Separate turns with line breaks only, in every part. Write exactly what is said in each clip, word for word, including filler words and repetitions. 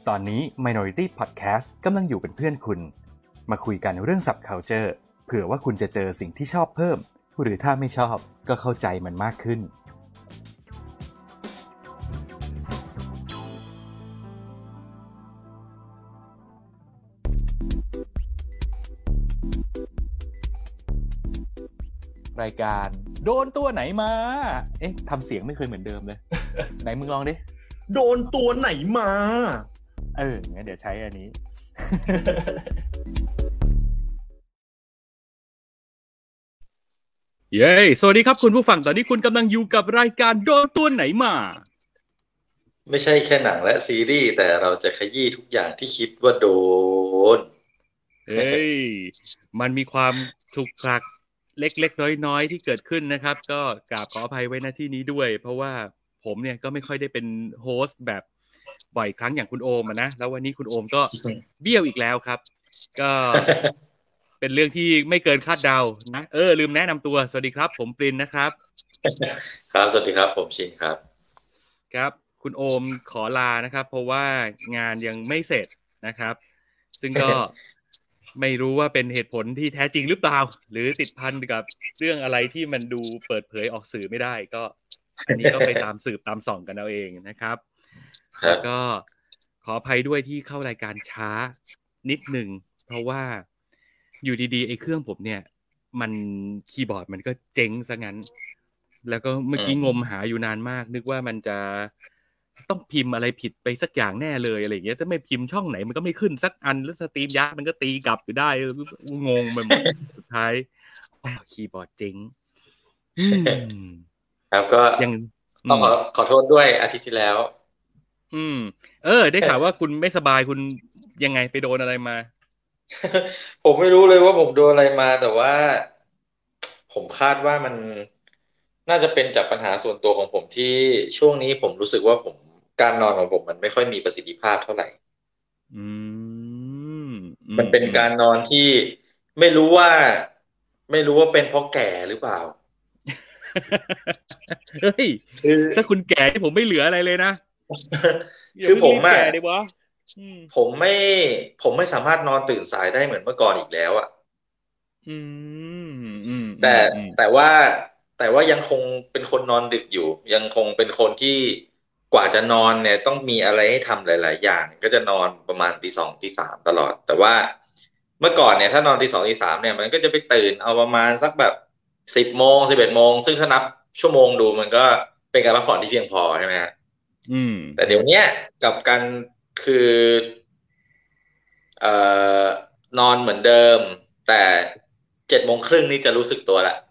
ตอนนี้ Minority Podcast กำลังอยู่เป็นเพื่อนคุณมาคุยกันเรื่อง Subculture เผื่อว่าคุณจะเจอสิ่งที่ชอบเพิ่มหรือถ้าไม่ชอบก็เข้าใจมันมากขึ้นรายการโดนตัวไหนมาเอ๊ะทำเสียงไม่เคยเหมือนเดิมเลย ไหนมึงลองดิ
โดนตัวไหนมา
เอองั้นเดี๋ยวใช้อันนี้ เย้สวัสดีครับคุณผู้ฟังตอนนี้คุณกำลังอยู่กับรายการโดนตัวไหนมา
ไม่ใช่แค่หนังและซีรีส์แต่เราจะขยี้ทุกอย่างที่คิดว่าโดน
เฮ้ยมันมีความถูกคลักเล็กๆน้อยๆที่เกิดขึ้นนะครับก็กราบขออภัยไว้ณที่นี้ด้วยเพราะว่าผมเนี่ยก็ไม่ค่อยได้เป็นโฮสต์แบบบ่อยครั้งอย่างคุณโอมนะแล้ววันนี้คุณโอมก็เบี้ยวอีกแล้วครับก็เป็นเรื่องที่ไม่เกินคาดเดานะเออลืมแนะนำตัวสวัสดีครับผมปรินนะครับ
ครับสวัสดีครับผมชินครับ
ครับคุณโอมขอลานะครับเพราะว่างานยังไม่เสร็จนะครับซึ่งก็ไม่รู้ว่าเป็นเหตุผลที่แท้จริงหรือเปล่าหรือติดพันกับเรื่องอะไรที่มันดูเปิดเผยออกสื่อไม่ได้ก็อันนี้ก็ไปตามสืบตามส่องกันเอาเองนะครับแล้วก็ขออภัยด้วยที่เข้ารายการช้านิดหนึ่งเพราะว่าอยู่ดีๆไอ้เครื่องผมเนี่ยมันคีย์บอร์ดมันก็เจ๊งซะงั้นแล้วก็เมื่อกี้งมหาอยู่นานมากนึกว่ามันจะต้องพิมพ์อะไรผิดไปสักอย่างแน่เลยอะไรอย่างเงี้ยถ้าไม่พิมพ์ช่องไหนมันก็ไม่ขึ้นสักอันแล้วสตรีมยักษ์มันก็ตีกลับอยู่ได้งงไปหมดสุดท้ายอ๋อคีย์บอร์ดเจ๊ง
ครับก็ยังต้องขอขอโทษด้วยอาทิตย์ที่แล้ว
อืมเออได้ข่าวว่าคุณไม่สบายคุณยังไงไปโดนอะไรมา
ผมไม่รู้เลยว่าผมโดนอะไรมาแต่ว่าผมคาดว่ามันน่าจะเป็นจากปัญหาส่วนตัวของผมที่ช่วงนี้ผมรู้สึกว่าผมการนอนของผมมันไม่ค่อยมีประสิทธิภาพเท่าไหร่
อืม
มันเป็นการนอนที่ไม่รู้ว่าไม่รู้ว่าเป็นเพราะแก่หรือเปล่า
เฮ้ยถ้าคุณแก่ที่ผมไม่เหลืออะไรเลยนะ
คือผมอ่ะผมไม่ผมไม่สามารถนอนตื่นสายได้เหมือนเมื่อก่อนอีกแล้วอ่ะ
อืม
แต่แต่ว่าแต่ว่ายังคงเป็นคนนอนดึกอยู่ยังคงเป็นคนที่กว่าจะนอนเนี่ยต้องมีอะไรให้ทำหลายๆอย่างก็จะนอนประมาณตีสองตีสามตลอดแต่ว่าเมื่อก่อนเนี่ยถ้านอนตีสองตีสามเนี่ยมันก็จะไปตื่นเอาประมาณสักแบบสิบโมงสิบเอ็ดโมงซึ่งถ้านับชั่วโมงดูมันก็เป็นการพักผ่อนที่เพียงพอใช่ไหมฮะ
อืม
แต่เดี๋ยวนี้กับการคือเอ่อนอนเหมือนเดิมแต่เจ็ดโมงครึ่งนี่จะรู้สึกตัวละ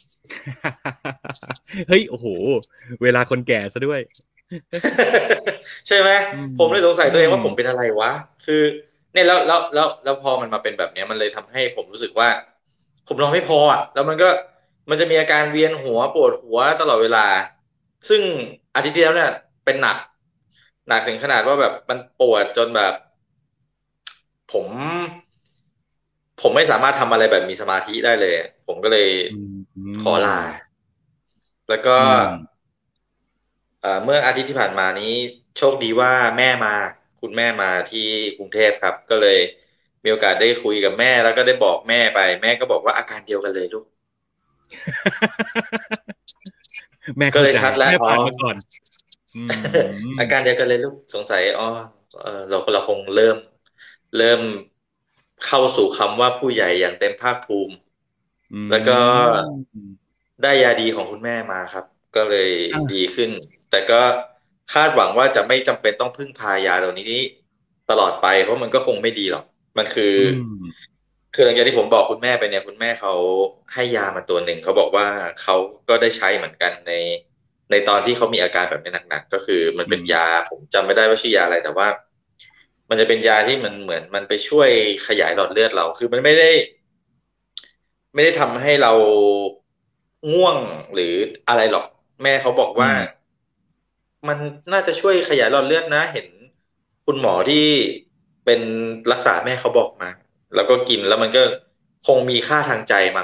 เฮ้ยโอ้โหเวลาคนแก่ซะด้วย
ใช่ไหมผมเลยสงสัยตัวเองว่าผมเป็นอะไรวะคือเนี่ยแล้วแล้วแล้วแล้วพอมันมาเป็นแบบนี้มันเลยทำให้ผมรู้สึกว่าผมนอนไม่พออ่ะแล้วมันก็มันจะมีอาการเวียนหัวปวดหัวตลอดเวลาซึ่งอาทิตย์ที่แล้วเนี่ยเป็นหนักหนักถึงขนาดว่าแบบมันปวดจนแบบผมผมไม่สามารถทำอะไรแบบมีสมาธิได้เลยผมก็เลยขอลาแล้วก็เมื่ออาทิตย์ที่ผ่านมานี้โชคดีว่าแม่มาคุณแม่มาที่กรุงเทพครับก็เลยมีโอกาสได้คุยกับแม่แล้วก็ได้บอกแม่ไปแม่ก็บอกว่าอาการเดียวกันเลยลูก
แม่
ก็เลยชัดแล้ว
แม่ผ่านมาก่อน
อาการเดียวกันเลยลูกสงสัยอ๋อเราเราคงเริ่มเริ่มเข้าสู่คำว่าผู้ใหญ่อย่างเต็มภาคภูมิแล้วก็ได้ยาดีของคุณแม่มาครับก็เลยดีขึ้นแต่ก็คาดหวังว่าจะไม่จำเป็นต้องพึ่งพายาตัวนี้ตลอดไปเพราะมันก็คงไม่ดีหรอกมันคือคือหลังจากที่ผมบอกคุณแม่ไปเนี่ยคุณแม่เขาให้ยามาตัวหนึ่งเขาบอกว่าเขาก็ได้ใช้เหมือนกันในในตอนที่เขามีอาการแบบนี้หนักๆก็คือมันเป็นยาผมจำไม่ได้ว่าชื่อยาอะไรแต่ว่ามันจะเป็นยาที่มันเหมือนมันไปช่วยขยายหลอดเลือดเราคือมันไม่ได้ไม่ได้ทำให้เราง่วงหรืออะไรหรอกแม่เขาบอกว่ามันน่าจะช่วยขยายหลอดเลือดนะเห็นคุณหมอที่เป็นรักษาแม่เขาบอกมาแล้วก็กินแล้วมันก็คงมีค่าทางใจมั้ง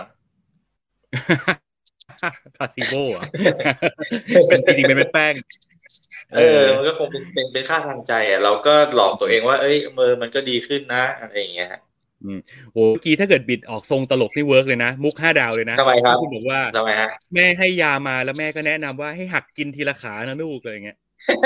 พาซิโบอ่ะจริงๆเป็นแป้ง
เออมันก็คงเป็นเป็นเป็นค่าทางใจอ่ะเราก็หลอกตัวเองว่าเอ้ยเมือมันก็ดีขึ้นนะอะไรอย่างเงี้ย
อืมโหเมื่อกี้ถ้าเกิดบิดออกทรงตลกนี่เวิร์กเลยนะมุกห้าดาวเลยนะ
ทำไมครับ
ที่คุณบอกว่า
ทำไมฮะ
แม่ให้ยามาแล้วแม่ก็แนะนำว่าให้หักกินทีละขานะลูกอะไรอย่างเงี้ย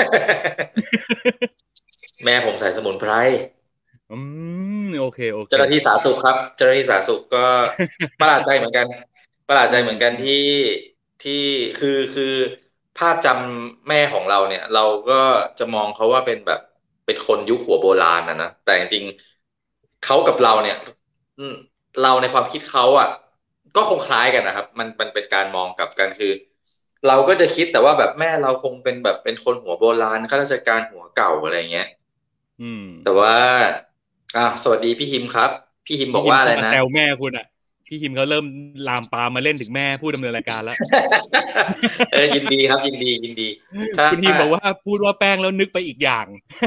แม่ผมใส่สมุนไพร
อืมโอเคโอเค
เจ้าหน้าที่สาธารณสุขครับเจ้าหน้าที่สาธารณสุขก็ประหลาดใจเหมือนกันประหลาดใจเหมือนกันที่ที่คือคือภาพจำแม่ของเราเนี่ยเราก็จะมองเขาว่าเป็นแบบเป็นคนยุคหัวโบราณนะนะแต่จริงๆเขากับเราเนี่ยอืมเราในความคิดเขาอ่ะก็คงคล้ายกันนะครับมันมันเป็นการมองกลับกันคือเราก็จะคิดแต่ว่าแบบแม่เราคงเป็นแบบเป็นคนหัวโบราณข้าราชการหัวเก่าอะไรเงี้ย
อืม
แต่ว่าอ่าสวัสดีพี่ฮิมครับพี่ฮิมบ
พี่
อก
ฮิมเข้ามา
ว่าอะไรนะ
แซวแม่คุณอ่ะพี่ฮิมเขาเริ่มลามปามมาเล่นถึงแม่ผู้ดำเนินรายการแล้ว
เออยินดีครับยินดียินดีถ้า
คุณฮิมบอกว่าพูดว่าแป้งแล้วนึกไปอีกอย่าง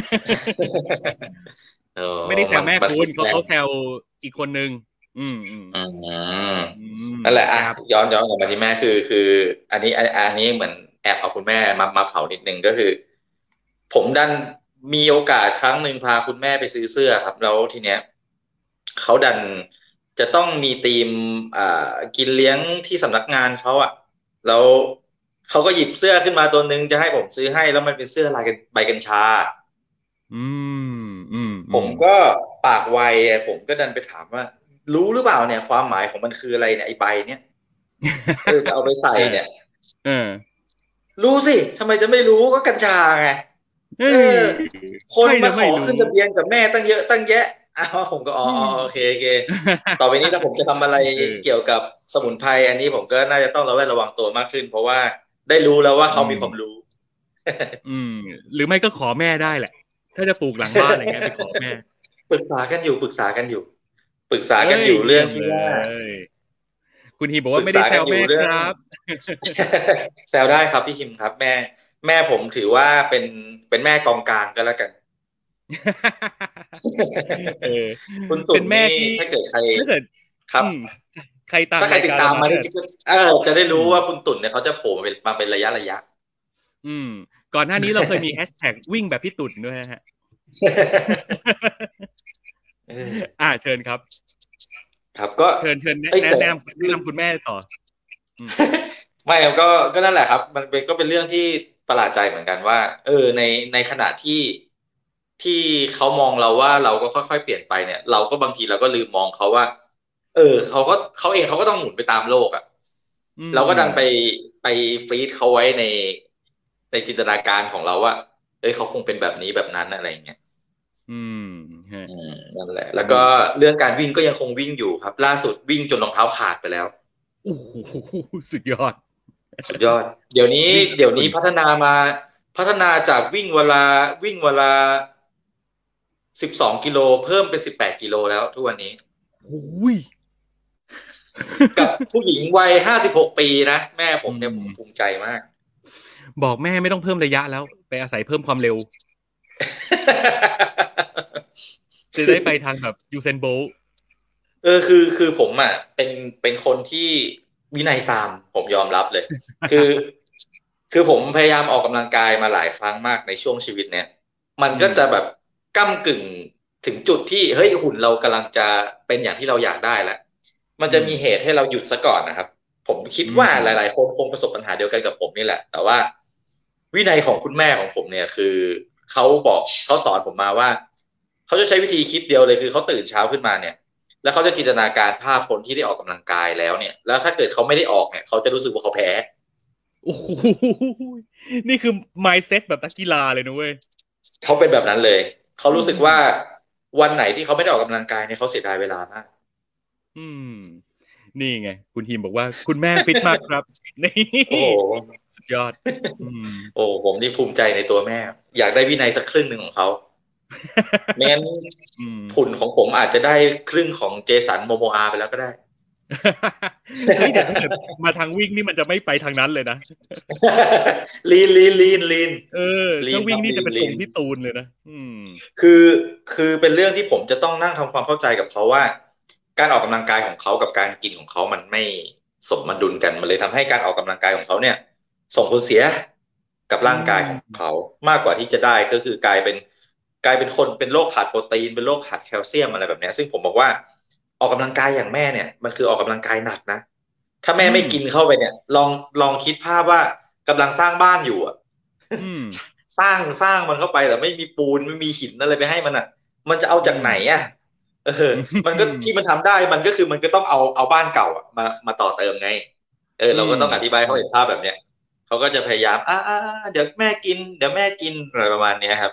เออ
ไม่ได้แซ
มัน
วแม่
มัน
คุณเขาเขาแซวอีกคนนึงอืมอืม
อืม
อืม
นั่นแหละอ่ะ
ครับ
ย้อนย้อนกลับมาที่แม่คือคืออันนี้อันอันนี้เหมือนแอบเอาคุณแม่มามาเผานิดนึงก็คือผมดันมีโอกาสครั้งหนึ่งพาคุณแม่ไปซื้อเสื้อครับแล้วทีเนี้ยเขาดันจะต้องมีธีมอ่ากินเลี้ยงที่สำนักงานเขาอ่ะแล้วเขาก็หยิบเสื้อขึ้นมาตัวหนึ่งจะให้ผมซื้อให้แล้วมันเป็นเสื้อลายกันใบกัญชา
อืมอืมอืม
ผมก็ปากไวอะผมก็ดันไปถามว่า รู้หรือเปล่าเนี่ยความหมายของมันคืออะไรเนี่ยไอ้ใบเนี่ยเออจะเอาไปใส่
เออ
เนี่ย
เออ
รู้สิทำไมจะไม่รู้ก็กัญชาไง
เฮ้
เอ
ย
อค
ใคร
นมาขอ
จะไม่รู้
ขึ้นทะเบียนกับแม่ตั้งเยอะตั้งแยะอ้าวผมก็อ๋อ
อืม
อ๋อโอเคโอเคต่อไปนี้ถ้าผมจะทำอะไร
เออ
เกี่ยวกับสมุนไพรอันนี้ผมก็น่าจะต้องระแวดระวังตัวมากขึ้นเพราะว่าได้รู้แล้วว่าเขา
อืม
มีความรู้
อืมหรือไม่ก็ขอแม่ได้แหละถ้าจะปลูกหลังบ้านอะไรเงี้ยไปขอแม่
ปรึกษากันอยู่ปรึกษากันอยู่ปรึกษากัน
เอ้ย
อยู่เรื่
เยี่ยมเล
องที่ว่า
ยคุณฮีบอก
ปรึ
ว่าไม่ได้
กษากันอยู่
แซวแม่ค
เรื่อง
รับ
แซวได้ครับพี่คิมครับแม่แม่ผมถือว่าเป็นเป็นแม่กองกลางก็แล้วกัน
เออ
คุณตุ่
เป็น
นนี่
แม่ที่
ถ้าเกิดใคร
ถ้าเกิด
ครับ
อืมใครตาม
ถ้าใคร
รายการเรา
ติดตาม
มาเนี่ย
มาที่เออจะได้
อืม
รู้ว่าคุณตุ่นเนี่ยเขาจะโผล่มาเป็นมาเป็นระยะระยะ
อืมก่อนหน้านี้เราเคยมีแฮชแท็กวิ่งแบบพี่ตุ่นด้วยนะฮะ
เออ
อ่าเชิญครับ
ครับก็
เชิญเชิญแนะ
เอ้ยแต่
แนะนำแนะนำคุณแม่ต่ออืม
ไม่ครับก็ก็นั่นแหละครับมันเป็นก็เป็นเรื่องที่ประหลาดใจเหมือนกันว่าเออในในขณะที่ที่เขามองเราว่าเราก็ค่อยๆเปลี่ยนไปเนี่ยเราก็บางทีเราก็ลืมมองเขาว่าเออเขาก็เขาเองเขาก็ต้องหมุนไปตามโลกอ่ะ
อื
เราก็ดันไป
ม
ไปฟรีดเขาไว้ในในจินตนาการของเราว่าเอ้ยเขาคงเป็นแบบนี้แบบนั้นอะไรอย่างเงี้ย
อืมฮะ
อืมนั่นแหละแล้วก็
นี่
เรื่องการวิ่งก็ยังคงวิ่งอยู่ครับล่าสุดวิ่งจนรองเท้าขาดไปแล้ว
โอ้โหสุดยอด
สุดยอดเดี๋ยวนี้
วิ่งแบบ
เดี๋ยวนี้
พี่ตุ่น
พัฒนามาพัฒนาจากวิ่งเวลาวิ่งเวลาสิบสองกิโลเพิ่มเป็นสิบแปดกิโลแล้วทุกวันนี้
โอ้ย
กับผู้หญิงวัยห้าสิบหกปีนะแม่ผ
อื
มเนี่ยผม
ม
ภูมิใจมาก
บอกแม่ไม่ต้องเพิ่มระยะแล้วไปอาศัยเพิ่มความเร็วจะ
คือ
ได้ไปทางแบบยูเซนโบลต์
เออคือคือผมอ่ะเป็นเป็นคนที่วินัยซามผมยอมรับเลยคือคือผมพยายามออกกำลังกายมาหลายครั้งมากในช่วงชีวิตเนี่ยมัน
อืม
ก็จะแบบก้ำกึ่งถึงจุดที่เฮ้ยหุ่นเรากำลังจะเป็นอย่างที่เราอยากได้แล้วมัน
อืม
จะมีเหตุให้เราหยุดซะก่อนนะครับผมคิด
อื
ว่าหลาย
ม
ๆคนคงประสบปัญหาเดียวกันกับผมนี่แหละแต่ว่าวินัยของคุณแม่ของผมเนี่ยคือเขาบอกเขาสอนผมมาว่าเขาจะใช้วิธีคิดเดียวเลยคือเขาตื่นเช้าขึ้นมาเนี่ย แล้วเขาจะจินตนาการภาพคนที่ได้ออกกำลังกายแล้วเนี่ยแล้วถ้าเกิดเขาไม่ได้ออกเนี่ยเขาจะรู้สึกว่าเขาแพ้
โอ้โหนี่คือ mindset แบบนักกีฬาเลยนะเว้ย
เขาเป็นแบบนั้นเลยเขา
อื
รู้สึกว่า
ม
วันไหนที่เขาไม่ได้ออกกำลังกายเนี่ยเขาเสียดายเวลามาก
อืมนี่ไงคุณทีมบอกว่าคุณแม่ฟิตมากครับนี่
โอ้โห
สุดยอดอืม
โอ้ผมนี่ภูมิใจในตัวแม่อยากได้วินัยสักครึ่งหนึ่งของเขาไม่งั้น
อืม
หุ่นของผมอาจจะได้ครึ่งของเจสันโมโมอาไปแล้วก็ได้
เฮ้ยแต่ถ้าเกิดมาทางวิ่งนี่มันจะไม่ไปทางนั้นเลยนะ
ลีนลีนลีนลีน
เออ
ลี
ถ้าวิ่ง
นครับลี
นี่จะเป็นทรง
นลีน
พี่ตูนเลยนะอืม
คือคือเป็นเรื่องที่ผมจะต้องนั่งทำความเข้าใจกับเขาว่าการออกกำลังกายของเขากับการกินของเขามันไม่สมดุลกันมันเลยทำให้การออกกำลังกายของเขาเนี่ยส่งผลเสียกับร่างกายของเขามากกว่าที่จะได้ก็คือกลายเป็นกลายเป็นคนเป็นโรคขาดโปรตีนเป็นโรคขาดแคลเซียมอะไรแบบนี้ซึ่งผมบอกว่าออกกำลังกายอย่างแม่เนี่ยมันคือออกกำลังกายหนักนะถ้าแม่ไม่กินเข้าไปเนี่ยลองลองคิดภาพว่ากำลังสร้างบ้านอยู่อ่ะสร้างสร้างมันเข้าไปแต่ไม่มีปูนไม่มีหินอะไรไปให้มันอ่ะมันจะเอาจากไหนอ่ะเออมันก็ที่มันทำได้มันก็คือมันก็ต้องเอาเอาบ้านเก่าอ่ะมามาต่อเติมไงเออเราก็ต้องอธิบายเขาเห็นภาพแบบเนี้ยเขาก็จะพยายามอ่าอ่าเดี๋ยวแม่กินเดี๋ยวแม่กินอะไรประมาณนี้ครับ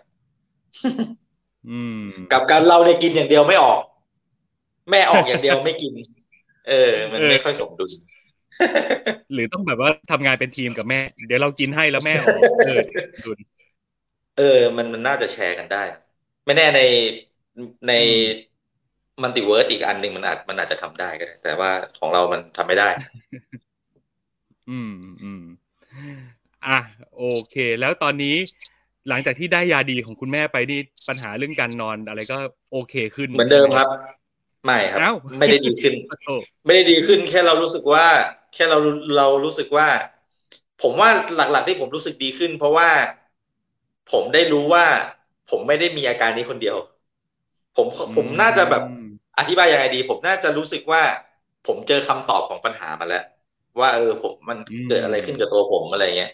กับการเราเนี่ยกินอย่างเดียวไม่ออกแม่ออกอย่างเดียวไม่กินเออมันไม่ค่อยสมดุล
หรือต้องแบบว่าทำงานเป็นทีมกับแม่เดี๋ยวเรากินให้แล้วแม่ออกเออดุล
เออมันมันน่าจะแชร์กันได้ไม่แน่ในในมัลติเวิร์สอีกอันหนึ่งมันอาจมันอาจจะทำได้ก็ได้แต่ว่าของเรามันทำไม่ได้
อืมอืมอ่ะโอเคแล้วตอนนี้หลังจากที่ได้ยาดีของคุณแม่ไปนี่ปัญหาเรื่องการนอนอะไรก็โอเคขึ้น
เหมือนเดิมครับไม่ครับไม่ได้ดีขึ้นไม่ได้ดีขึ้นแค่เรารู้สึกว่าแค่เราเรารู้สึกว่าผมว่าหลักๆที่ผมรู้สึกดีขึ้นเพราะว่าผมได้รู้ว่าผมไม่ได้มีอาการนี้คนเดียวผมผมน่าจะแบบอธิบายยังไงดีผมน่าจะรู้สึกว่าผมเจอคำตอบของปัญหามาแล้วว่าเออผมมันเกิดอะไรขึ้นกับตัวผมอะไรเงี้ย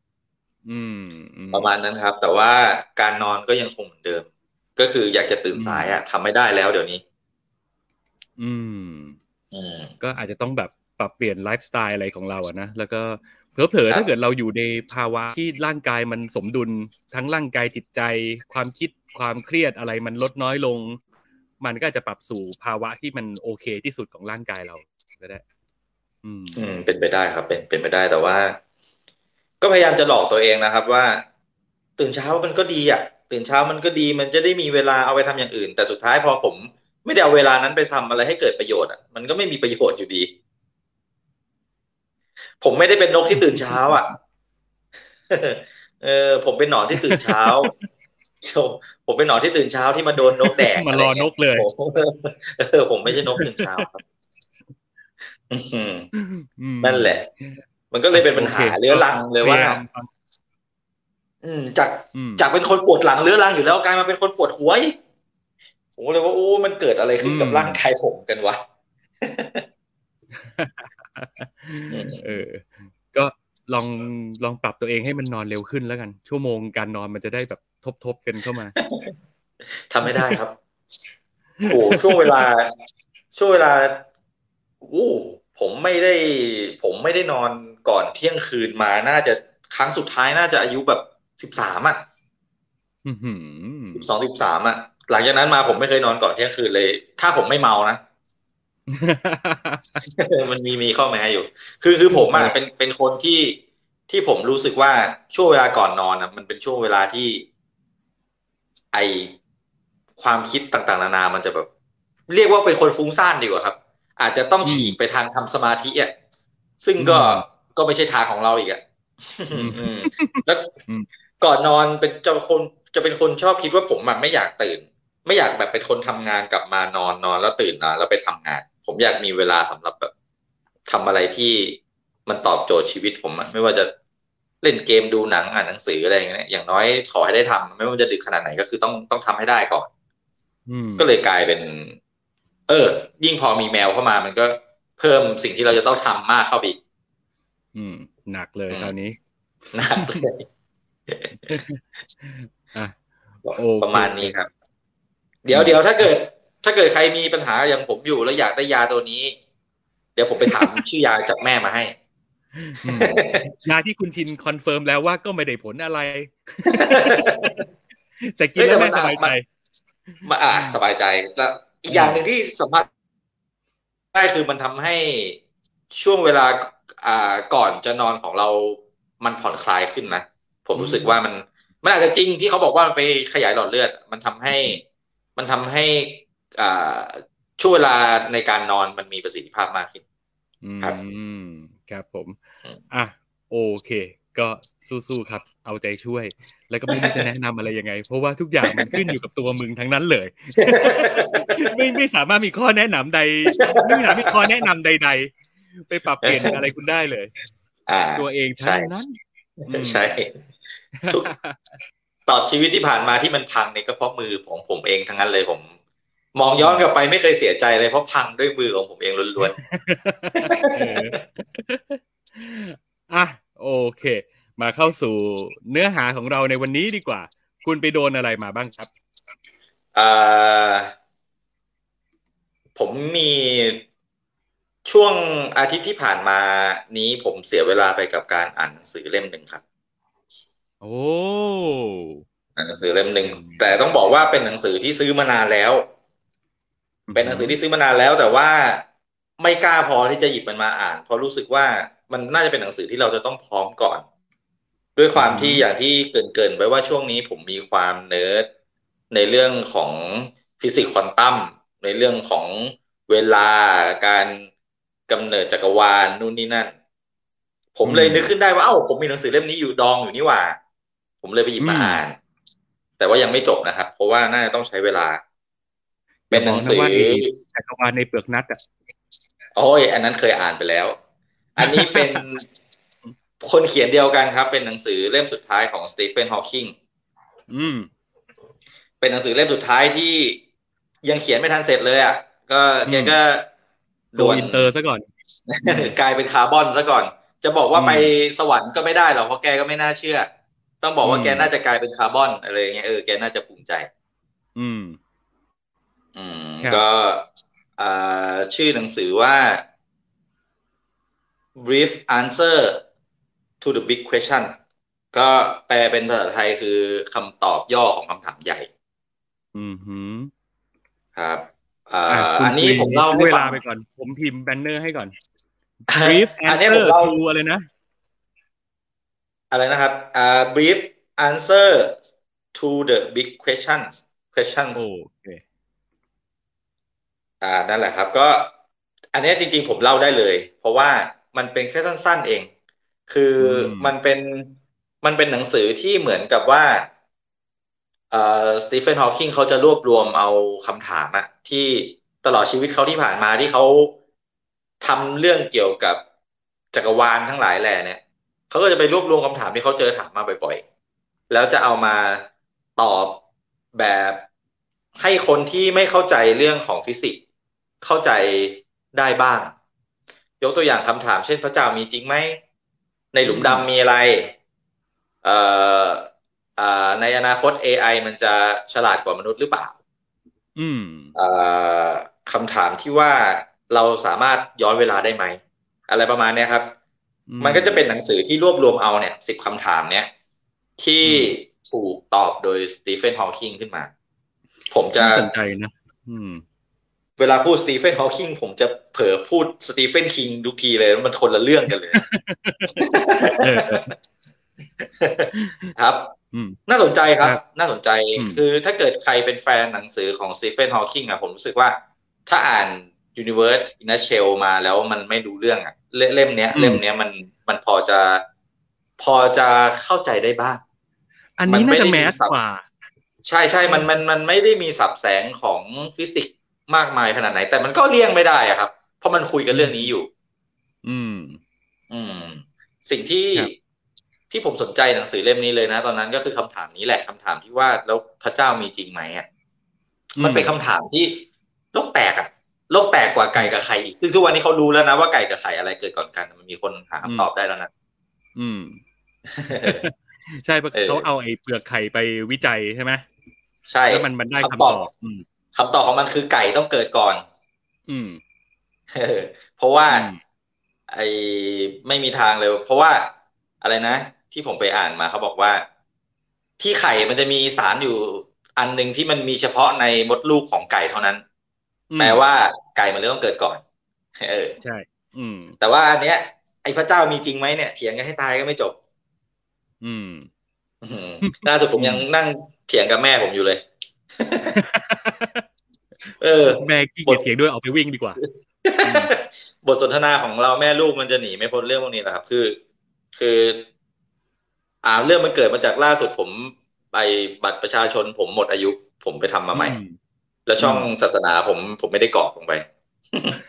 ประมาณนั้นครับแต่ว่าการนอนก็ยังคงเหมือนเดิมก็คืออยากจะตื่นสายอะทำไม่ได้แล้วเดี๋ยวนี้
อืมอืมก็อาจจะต้องแบบปรับเปลี่ยนไลฟ์สไตล์อะไรของเราอะนะแล้วก็เผลอๆถ้าเกิดเราอยู่ในภาวะที่ร่างกายมันสมดุลทั้งร่างกายจิตใจความคิดความเครียดอะไรมันลดน้อยลงมันก็อาจจะปรับสู่ภาวะที่มันโอเคที่สุดของร่างกายเราก็ได้
อืมอืมเป็นไปได้ครับเป็นเป็นไปได้แต่ว่าก็พยายามจะหลอกตัวเองนะครับว่าตื่นเช้ามันก็ดีอ่ะตื่นเช้ามันก็ดีมันจะได้มีเวลาเอาไปทำอย่างอื่นแต่สุดท้ายพอผมไม่ได้เอาเวลานั้นไปทำอะไรให้เกิดประโยชน์อ่ะมันก็ไม่มีประโยชน์อยู่ดีผมไม่ได้เป็นนกที่ตื่นเช้าอ่ะเออผมเป็นหนอนที่ตื่นเช้าผมเป็นหนอนที่ตื่นเช้าที่มาโดนนกแดก
มารอนกเลย
เออผมไม่ใช่นกตื่นเช้าครับนั่นแหละมันก็เลยเป็นปัญหาเรื้อรังเลยว่าอืมจากจากเป็นคนปวดหลังเรื้อรังอยู่แล้วกลายมาเป็นคนปวดหัวผมก็เลยว่าโอ้มันเกิดอะไรขึ้นกับร่างกายผมกันวะ
เออก็ลองลองปรับตัวเองให้มันนอนเร็วขึ้นแล้วกันชั่วโมงการนอนมันจะได้แบบทบๆกันเข้ามา
ทำไม่ได้ครับโอ้ช่วงเวลาช่วงเวลาโอ้ผมไม่ได้ผมไม่ได้นอนก่อนเที่ยงคืนมาน่าจะครั้งสุดท้ายน่าจะอายุแบบสิบสามอ่ะสิบสองสิบสามอ่ะหลังจากนั้นมาผมไม่เคยนอนก่อนเที่ยงคืนเลยถ้าผมไม่เมานะมันมีมีข้อแม้อยู่คือคือผมอ่ะเป็นเป็นคนที่ที่ผมรู้สึกว่าช่วงเวลาก่อนนอนอ่ะมันเป็นช่วงเวลาที่ไอความคิดต่างๆนานามันจะแบบเรียกว่าเป็นคนฟุ้งซ่านดีกว่าครับอาจจะต้องฉีกไปทางทำสมาธิอ่ะซึ่งก็ก็ไม่ใช่ทางของเราอีกอ่ะแล้วก่อนนอนเป็นจะคนจะเป็นคนชอบคิดว่าผมมันไม่อยากตื่นไม่อยากแบบเป็นคนทำงานกลับมานอนนอนแล้วตื่นมาแล้วไปทำงานผมอยากมีเวลาสำหรับแบบทำอะไรที่มันตอบโจทย์ชีวิตผมอะไม่ว่าจะเล่นเกมดูหนังอ่านหนังสืออะไรอย่างเงี้ยอย่างน้อยขอให้ได้ทำไม่ว่าจะดึกขนาดไหนก็คือต้องต้องทำให้ได้ก่อนก็เลยกลายเป็นเออยิ่งพอมีแมวเข้ามามันก็เพิ่มสิ่งที่เราจะต้องทำมากเข้าไปอีก
อืมหนักเลยคราวนี้
หนักเลยอ่ะประมาณนี้ครับเดี๋ยวเดี๋ยวถ้าเกิดถ้าเกิดใครมีปัญหาอย่างผมอยู่แล้วอยากได้ยาตัวนี้เดี๋ยวผมไปถามชื่อยาจากแม่มาให้
ยาที่คุณชินคอนเฟิร์มแล้วว่าก็ไม่ได้ผลอะไรแต่กินแล้วแม่สบายใจ
มาอ่ะสบายใจแต่อีกอย่างหนึ่งที่สัมผัสได้คือมันทำให้ช่วงเวลาอ่าก่อนจะนอนของเรามันผ่อนคลายขึ้นนะผมรู้สึกว่ามันมันอาจจะจริงที่เขาบอกว่ามันไปขยายหลอดเลือดมันทำให้มันทำให้อ่าช่วงเวลาในการนอนมันมีประสิทธิภาพมากขึ้น
ครับครับผมอ่ะโอเคก็สู้ๆครับเอาใจช่วยแล้วก็ไม่รู้จะแนะนำอะไรยังไงเพราะว่าทุกอย่างมันขึ้นอยู่กับตัวมึงทั้งนั้นเลยไม่ไม่สามารถมีข้อแนะนำใดไม่สามารถมีข้อแนะนำใดๆไปปรับเปลี่ยนอะไรคุณได้เลยตัวเองใช่นั้น
ใช่ทุกตลอดชีวิตที่ผ่านมาที่มันพังเนี่ยก็เพราะมือของผมเองทั้งนั้นเลยผมมองย้อนกลับไปไม่เคยเสียใจเลยเพราะพังด้วยมือของผมเองล้วน
ๆอ่ะโอเคมาเข้าสู่เนื้อหาของเราในวันนี้ดีกว่าคุณไปโดนอะไรมาบ้างครับ
อ่าผมมีช่วงอาทิตย์ที่ผ่านมานี้ผมเสียเวลาไปกับการอ่านหนังสือเล่มหนึ่งครับ
โอ้
อ่านหนังสือเล่มหนึ่งแต่ต้องบอกว่าเป็นหนังสือที่ซื้อมานานแล้วเป็นหนังสือที่ซื้อมานานแล้วแต่ว่าไม่กล้าพอที่จะหยิบมันมาอ่านเพราะรู้สึกว่ามันน่าจะเป็นหนังสือที่เราจะต้องพร้อมก่อนด้วยความที่อย่างที่เกริ่นๆไว้ว่าช่วงนี้ผมมีความเนิร์ดในเรื่องของฟิสิกส์ควอนตัมในเรื่องของเวลาการกำเนิดจักรวาลนู่นนี่นั่นผมเลยนึกขึ้นได้ว่าเอ้าผมมีหนังสือเล่มนี้อยู่ดองอยู่นี่หว่าผมเลยไปหยิบมาอ่านแต่ว่ายังไม่จบนะครับเพราะว่าน่าจะต้องใช้เวลาเป็นหนังสือ
จักรวาลในเปลือกนัดอ่ะ
โอ้ยอันนั้นเคยอ่านไปแล้วอันนี้เป็นคนเขียนเดียวกันครับเป็นหนังสือเล่มสุดท้ายของสตีเฟนฮอว์กิง
อืม
เป็นหนังสือเล่มสุดท้ายที่ยังเขียนไม่ทันเสร็จเลยอ่ะก็แกก็
ด่วนอินเตอร์ซะก่อน
กลายเป็นคาร์บอนซะก่อนจะบอกว่าไปสวรรค์ก็ไม่ได้หรอกเพราะแกก็ไม่น่าเชื่อต้องบอกว่าแกน่าจะกลายเป็นคาร์บอนอะไรเงี้ยเออแกน่าจะภูมิใจ
อืม
อืมก็อ่าชื่อหนังสือว่า brief answer to the big question ก็แปลเป็นภาษาไทยคือคำตอบย่อของคำถามใหญ่
อืมฮึ
ครับอ่าอันนี้ผมเล่าให้
ฟังไปก่อนผมพิมพ์แบนเนอร์ให้ก่อน brief answer to อะไรนะ
อะไรนะครับอ่า brief answer to the big questions questions
โอเค
อ่านั่นแหละครับก็อันนี้จริงๆผมเล่าได้เลยเพราะว่ามันเป็นแค่สั้นๆเองคือมันเป็นมันเป็นหนังสือที่เหมือนกับว่าเอ่อสตีเฟนฮอว์กิงเขาจะรวบรวมเอาคำถามอะที่ตลอดชีวิตเขาที่ผ่านมาที่เขาทำเรื่องเกี่ยวกับจักรวาลทั้งหลายแหล่เนี่ยเขาก็จะไปรวบรวมคำถามที่เขาเจอถามมาบ่อยๆแล้วจะเอามาตอบแบบให้คนที่ไม่เข้าใจเรื่องของฟิสิกส์เข้าใจได้บ้างยกตัวอย่างคำถามเช่นพระเจ้ามีจริงไหมในหลุมดำมีอะไรเอ่ออ่าในอนาคต เอ ไอ มันจะฉลาดกว่ามนุษย์หรือเปล่า
อืม
อ่าคำถามที่ว่าเราสามารถย้อนเวลาได้ไหมอะไรประมาณนี้ครับมันก็จะเป็นหนังสือที่รวบรวมเอาเนี่ยสิบคำถามเนี้ยที่ถูกตอบโดยสตีเฟนฮอว์กิงขึ้นมาผมจะ
สนใจนะอืม
เวลาพูดสตีเฟนฮอว์กิงผมจะเผลอพูดสตีเฟนคิงทุกทีเลยมันคนละเรื่องกันเลยครับน่าสนใจครับน่าสนใจคือถ้าเกิดใครเป็นแฟนหนังสือของสตีเฟนฮอว์กิงอ่ะผมรู้สึกว่าถ้าอ่าน Universe in a Shell มาแล้วมันไม่ดูเรื่องอ่ะเล่มเนี้ยเล่มเนี้ยมันมันพอจะพอจะเข้าใจได้บ้าง
อันนี้น่าจะแมสกว่า
ใช่ใช่มันมันมันไม่ได้มีสับแสงของฟิสิกส์มากมายขนาดไหนแต่มันก็เลี่ยงไม่ได้อะครับเพราะมันคุยกันเรื่องนี้อยู่
อืม
อืมสิ่งที่ที่ผมสนใจหนังสือเล่มนี้เลยนะตอนนั้นก็คือคำถามนี้แหละคำถามที่ว่าแล้วพระเจ้ามีจริงไหมอ่ะมันเป็นคำถามที่โลกแตกอ่ะโลกแตกกว่าไก่กับไข่อีกคือทุกวันนี้เขารู้แล้วนะว่าไก่กับไข่อะไรเกิดก่อนกันมันมีคนหาคำตอบได้แล้วนะ
อืมใช่เพราะเขาเอาไอ้เปลือกไข่ไปวิจัยใช่ไหม
ใช่
แล้วมันมันได้คำตอบ
คำตอบของมันคือไก่ต้องเกิดก่อน
อืม
เพราะว่าไอ้ไม่มีทางเลยเพราะว่าอะไรนะที่ผมไปอ่านมาเขาบอกว่าที่ไข่มันจะมีสารอยู่อันนึงที่มันมีเฉพาะในมดลูกของไก่เท่านั้นแปลว่าไก่มันเลยต้องเกิดก่อนเออ
ใช่อืม
แต่ว่าอันเนี้ยไอ้พระเจ้ามีจริงไหมเนี่ยเถียงกันให้ตายก็ไม่จบ
อืม
ล่าสุดผมยังนั่งเถียงกับแม่ผมอยู่เลยเออ
แม่ขี้เกียจเถียงด้วยออกไปวิ่งดีกว่า
บทสนทนาของเราแม่ลูกมันจะหนีไม่พ้นเรื่องพวกนี้แหละครับคือคืออ่าเรื่องมันเกิดมาจากล่าสุดผมไปบัตรประชาชนผมหมดอายุผมไปทำมาใหม่แล้วช่องศาสนาผมผมไม่ได้กรอกลงไป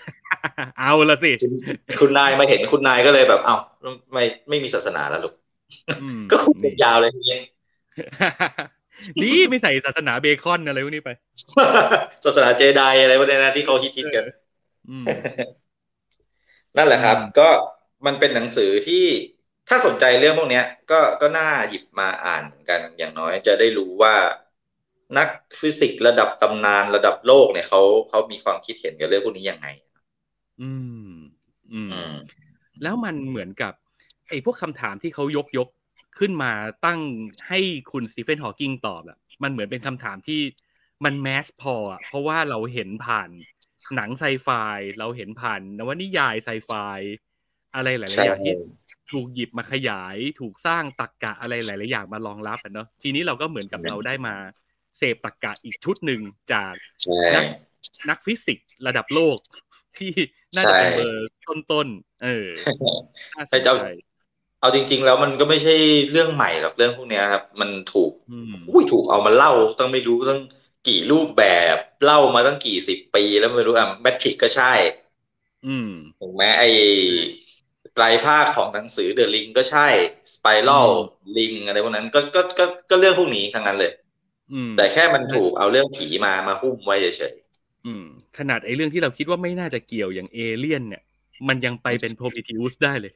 เอาละสิ
คุณนายมาเห็นคุณนายก็เลยแบบเอ้าไม่ไม่มีศาสนาแล้วลูกก็คุยยาวเลยทีนี้
นี่ไม่ใส่ศาสนาเบคอนอะไรพวกนี้ไป
ศาสนาเจไดอะไรพวกนี้นะที่เขาฮิตๆกันนั่นแหละครับก็มันเป็นหนังสือที่ถ้าสนใจเรื่องพวกนี้ก็ก็น่าหยิบมาอ่านกันอย่างน้อยจะได้รู้ว่านักฟิสิกส์ระดับตำนานระดับโลกเนี่ยเขาเขามีความคิดเห็นกับเรื่องพวกนี้ยังไง
อืมอืมแล้วมันเหมือนกับไอ้พวกคำถามที่เขายกยกขึ้นมาตั้งให้คุณสตีเฟนฮอว์กิงตอบอะมันเหมือนเป็นคำถามที่มันแมสพออะเพราะว่าเราเห็นผ่านหนังไซไฟเราเห็นผ่านนวนิยายไซไฟอะไรหลายๆอย่างที่ถูกหยิบมาขยายถูกสร้างตรรกะอะไรหลายๆอย่างมารองรับกันเนาะทีนี้เราก็เหมือนกับเราได้มาเสพตรรกะอีกชุดหนึ่งจากนักนักฟิสิกส์ระดับโลกที่น่าจะเป็นเบอร์ต้นๆเออน่าสนใจ
เอาจริงๆแล้วมันก็ไม่ใช่เรื่องใหม่หรอกเรื่องพวกนี้ครับมันถูกอุ้ยถูกเอามาเล่าต้องไม่รู้ตั้งกี่รูปแบบเล่ามาตั้งกี่สิบปีแล้วไม่รู้อ่ะแมทริกก็ใช่
อืม
ถูกไหมไอไตรภาคของหนังสือเดอะลิงก็ใช่สไปรัลลิงอะไรพวกนั้นก็ก็ก็ก็เรื่องพวกนี้ทั้งนั้นเลยแต่แค่มันถูกเอาเรื่องผีมามาหุ้มไว้เฉย
ๆอืมขนาดไอ้เรื่องที่เราคิดว่าไม่น่าจะเกี่ยวอย่างเอเลี่ยนเนี่ยมันยังไปเป็นโพรเมธีอุสได้เลย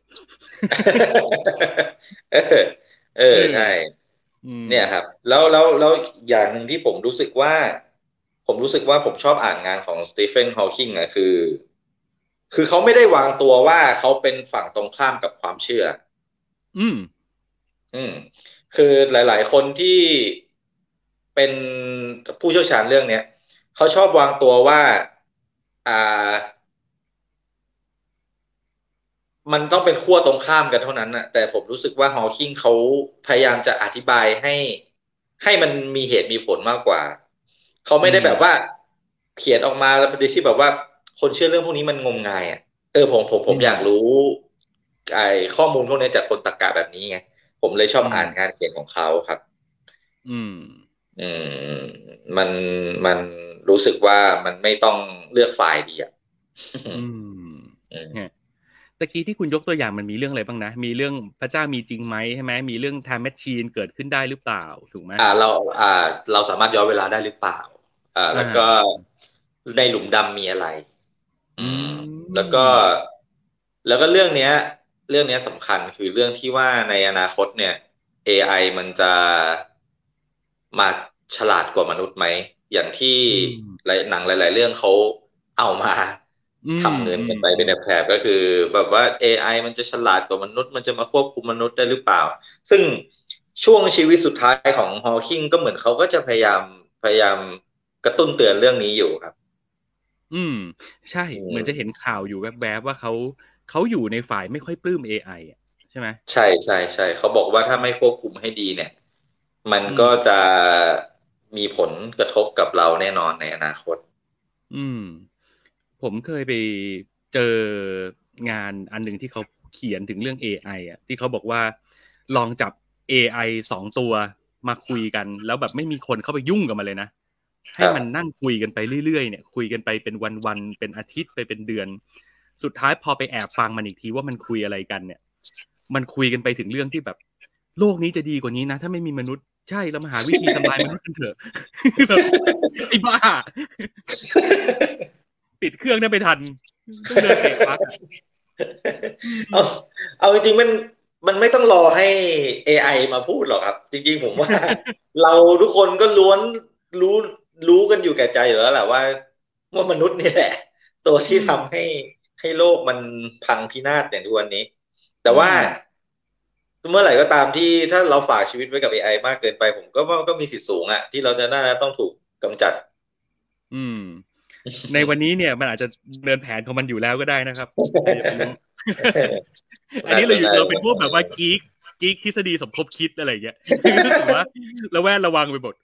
เออเออใช่เนี่ยครับแล้วแล้วแล้วอย่างหนึ่งที่ผมรู้สึกว่าผมรู้สึกว่าผมชอบอ่านงานของสตีเฟนฮอว์กิงอะคือคือเขาไม่ได้วางตัวว่าเขาเป็นฝั่งตรงข้ามกับความเชื่อ
อืม
อืมคือหลายๆคนที่เป็นผู้เชี่ยวชาญเรื่องเนี้ยเขาชอบวางตัวว่าอ่ามันต้องเป็นขั้วตรงข้ามกันเท่านั้นนะแต่ผมรู้สึกว่าฮอว์กิงเขาพยายามจะอธิบายให้ให้มันมีเหตุมีผลมากกว่าเขาไม่ได้แบบว่าเขียนออกมาแล้วประเด็นที่แบบว่าคนเชื่อเรื่องพวกนี้มันงมงายอ่ะเออผมผมผมอยากรู้ไอ้ข้อมูลพวกนี้จากคนตรรกะแบบนี้ไงผมเลยชอบอ่านงานเขียนของเขาครับ
อืม
อืมมันมันรู้สึกว่ามันไม่ต้องเลือกฝ่ายดีอ่ะ
อืมตะกี้ที่คุณยกตัวอย่างมันมีเรื่องอะไรบ้างนะมีเรื่องพระเจ้ามีจริงไหมใช่ไหมมีเรื่อง time machine เกิดขึ้นได้หรือเปล่าถูกไหม
อ่าเราอ่าเราสามารถย้อนเวลาได้หรือเปล่าอ่าแล้วก็ในหลุมดำมีอะไรอืมแล้วก็แล้วก็เรื่องเนี้ยเรื่องเนี้ยสำคัญคือเรื่องที่ว่าในอนาคตเนี่ย เอ ไอ มันจะมาฉลาดกว่ามนุษย์ไหมอย่างที่หนังหลายๆเรื่องเขาเอามาทำเงินกันไปเป็นแถบก็คือแบบว่า เอ ไอ มันจะฉลาดกว่ามนุษย์มันจะมาควบคุมมนุษย์ได้หรือเปล่าซึ่งช่วงชีวิตสุดท้ายของฮอว์กิงก็เหมือนเขาก็จะพยายามพยายามกระตุ้นเตือนเรื่องนี้อยู่ครับ
อืมใช่เหมือนจะเห็นข่าวอยู่แวบๆว่าเขาเขาอยู่ในฝ่ายไม่ค่อยปลื้ม เอ ไอ อ่ะใช่ไหม
ใช่ใช่ใช่เขาบอกว่าถ้าไม่ควบคุมให้ดีเนี่ยมันก็จะมีผลกระทบกับเราแน่นอนในอนาคต
อืมผมเคยไปเจองานอันหนึ่งที่เขาเขียนถึงเรื่อง เอ ไอ อ่ะที่เขาบอกว่าลองจับ เอ ไอ สองตัวมาคุยกันแล้วแบบไม่มีคนเข้าไปยุ่งกับมันเลยนะให้มันนั่งคุยกันไปเรื่อยๆเนี่ยคุยกันไปเป็นวันๆเป็นอาทิตย์ไปเป็นเดือนสุดท้ายพอไปแอบฟังมันอีกทีว่ามันคุยอะไรกันเนี่ยมันคุยกันไปถึงเรื่องที่แบบโลกนี้จะดีกว่านี้นะถ้าไม่มีมนุษย์ใช่เรามาหาวิธีทำลายมนุษย์กันเถอะไอ้บ้าปิดเครื่องได้ไม่ทันต้องเดินเตะพัก
เอาเอาจริงๆมันมันไม่ต้องรอให้ เอ ไอ มาพูดหรอกครับจริงๆผมว่าเราทุกคนก็ล้วนรู้รู้กันอยู่แก่ใจอยู่แล้วแหละว่าว่ามนุษย์นี่แหละตัวที่ทำให้ให้โลกมันพังพินาศอย่างทุกวันนี้ แต่ว่าเมื่อไหร่ก็ตามที่ถ้าเราฝากชีวิตไว้กับ เอ ไอ มากเกินไปผมก็ว่าก็มีสิทธิ์สูงอะที่เราจะน่าต้องถูกกำจัด
อืมในวันนี้เนี่ยมันอาจจะเดินแผนของมันอยู่แล้วก็ได้นะครับอันนี้เราอยู่เราเป็นพวกแบบว่ากิ๊กกิ๊กทฤษฎีสมคบคิดอะไรอย่างเงี้ยรู้สึกว่าระแวดระวังไปหมด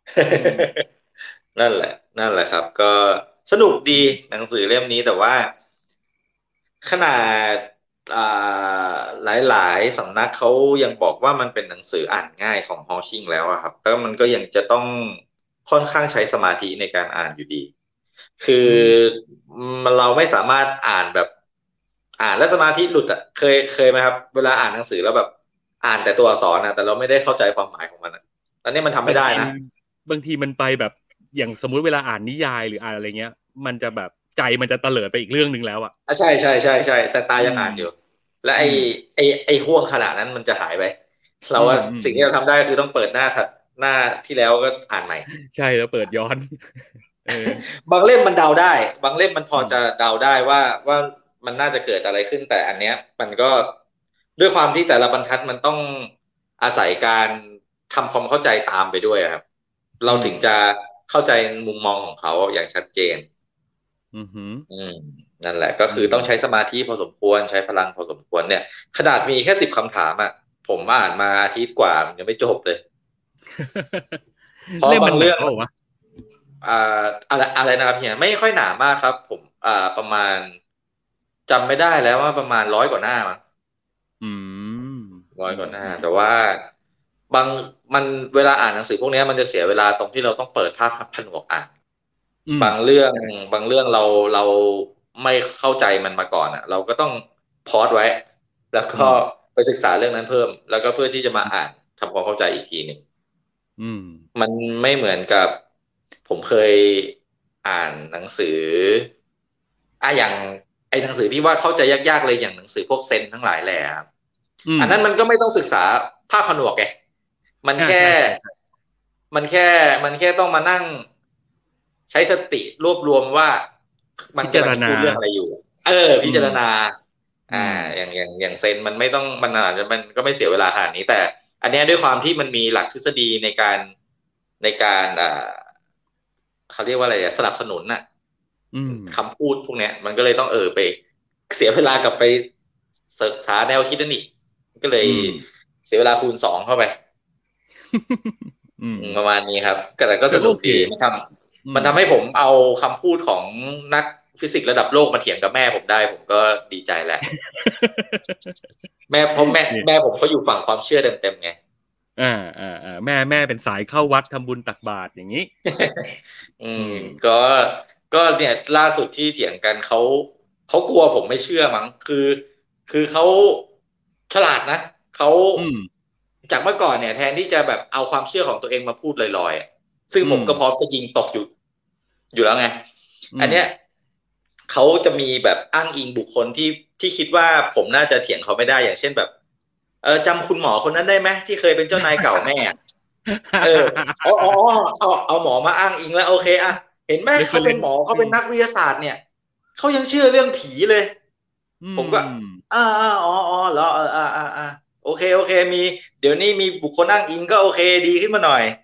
นั่นแหละนั่นแหละครับก็สนุกดีหนังสือเล่มนี้แต่ว่าขนาดหลายๆสำนักเขายังบอกว่ามันเป็นหนังสืออ่านง่ายของฮอว์กิงแล้วอะครับก็มันก็ยังจะต้องค่อนข้างใช้สมาธิในการอ่านอยู่ดีคือมันเราไม่สามารถอ่านแบบอ่านแล้วสมาธิหลุดอ่ะเคยเคยไหมครับเวลาอ่านหนังสือแล้วแบบอ่านแต่ตัวอักษรนะแต่เราไม่ได้เข้าใจความหมายของมันตอนนี้มันทำไม่ได้นะ
บางทีมันไปแบบอย่างสมมุติเวลาอ่านนิยายหรืออ่านอะไรเงี้ยมันจะแบบใจมันจะเตลิดไปอีกเรื่องนึงแล้วอ่ะ
ใช่ใช่ใช่ใช่แต่ตายังอ่านอยู่และไอ้ไอ้ไอ้ห่วงขณะนั้นมันจะหายไปเราว่าสิ่งที่เราทำได้คือต้องเปิดหน้าถัดหน้าที่แล้วก็อ่านใหม่
ใช่แล้วเปิดย้อน
บางเล่มมันเดาได้บางเล่มมันพอจะเดาได้ว่าว่ามันน่าจะเกิดอะไรขึ้นแต่อันเนี้ยมันก็ด้วยความที่แต่ละบรรทัดมันต้องอาศัยการทำความเข้าใจตามไปด้วยครับเราถึงจะเข้าใจมุมมองของเขาอย่างชัดเจน
อืม
อืมนั่นแหละก็คือต้องใช้สมาธิพอสมควรใช้พลังพอสมควรเนี่ยขนาดมีแค่สิบคำถามอ่ะผมอ่านมาอาทิตย์กว่ามันยังไม่จบเลย
เพราะบางเรื่อง
อ่าอะไรอะไรนะครับเฮียไม่ค่อยหนามากครับผมอ่าประมาณจำไม่ได้แล้วว่าประมาณร้อยกว่าหน้ามั้ง
อืม
ร้อยกว่าหน้าแต่ว่าบางมันเวลาอ่านหนังสือพวกนี้มันจะเสียเวลาตรงที่เราต้องเปิดภาพผนวกอ่านบางเรื่องบางเรื่องเราเราไม่เข้าใจมันมาก่อนอ่ะเราก็ต้องพอสไว้แล้วก็ไปศึกษาเรื่องนั้นเพิ่มแล้วก็เพื่อที่จะมาอ่านทำความเข้าใจอีกทีหนึ่งมันไม่เหมือนกับผมเคยอ่านหนังสืออ่ะอย่างไอ้หนังสือที่ว่าเข้าใจยากๆเลยอย่างหนังสือพวกเซนทั้งหลายแหละครับอันนั้นมันก็ไม่ต้องศึกษาภาพผนวกไงมันแค่มันแค่มันแค่ต้องมานั่งใช้สติรวบรวมว่ามันจะพูดเรื่องอะไรอยู่เออพิจารณาอ่าอย่างอย่างอย่างเซนมันไม่ต้องมันอาจจะมันก็ไม่เสียเวลาขนาดนี้แต่อันนี้ด้วยความที่มันมีหลักทฤษฎีในการในการอ่าเขาเรียกว่าอะไรสนับสนุนน่ะคำพูดพวกเนี้ยมันก็เลยต้องเออไปเสียเวลากับไปศึกษาแนวคิดนั่นอีกก็เลยเสียเวลาคูณสองเข้าไปประมาณนี้ครับแต่ก็สนุกดีมันทำมันทำให้ผมเอาคำพูดของนักฟิสิกส์ระดับโลกมาเถียงกับแม่ผมได้ผมก็ดีใจแหละแม่เพราะแม่แม่ผมเขาอยู่ฝั่งความเชื่อเต็มๆไง
อ่าอ่าอ่าแม่แม่เป็นสายเข้าวัดทำบุญตักบาตรอย่างนี้
อืมก็ก็เนี่ยล่าสุดที่เถียงกันเขาเขากลัวผมไม่เชื่อมั้งคือคือเขาฉลาดนะเขาจากเมื่อก่อนเนี่ยแทนที่จะแบบเอาความเชื่อของตัวเองมาพูดลอยๆซึ่งผมก็พร้อมจะยิงตกอยู่อยู่แล้วไงอันเนี้ยเขาจะมีแบบอ้างอิงบุคคลที่ที่คิดว่าผมน่าจะเถียงเขาไม่ได้อย่างเช่นแบบเออจำคุณหมอคนนั้นได้ไหมที่เคยเป็นเจ้านายเก่าแม่เอออ๋ออ๋อเอาเอาหมอมาอ้างอิงแล้วโอเคอ่ะเห็นไหมเขาเป็นหมอเขาเป็นนักวิทยาศาสตร์เนี่ยเขายังเชื่อเรื่องผีเลยผมก็อ่าอ่าอ๋ออ๋อเหรออ่าอ่าอ่าโอเคโอเคมีเดี๋ยวนี้มีบุคคลอ้างอิงก็โอเคดีขึ้นมาหน่อย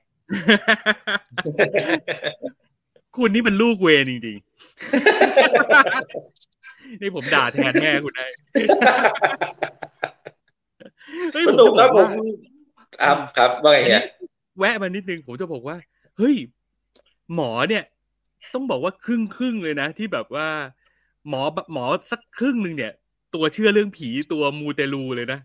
คุณนี่เป็นลูกเวรจริงๆนี่ผมด่าแทนแม่คุณได้
สนุกครับผมครับครับว่าไงเนี่ย
แวะมานิดนึงผมจะบอกว่าเฮ้ยหมอเนี่ยต้องบอกว่าครึ่งครึ่งเลยนะที่แบบว่าหมอหมอสักครึ่งนึงเนี่ยตัวเชื่อเรื่องผีตัวมูเตลูเลยนะ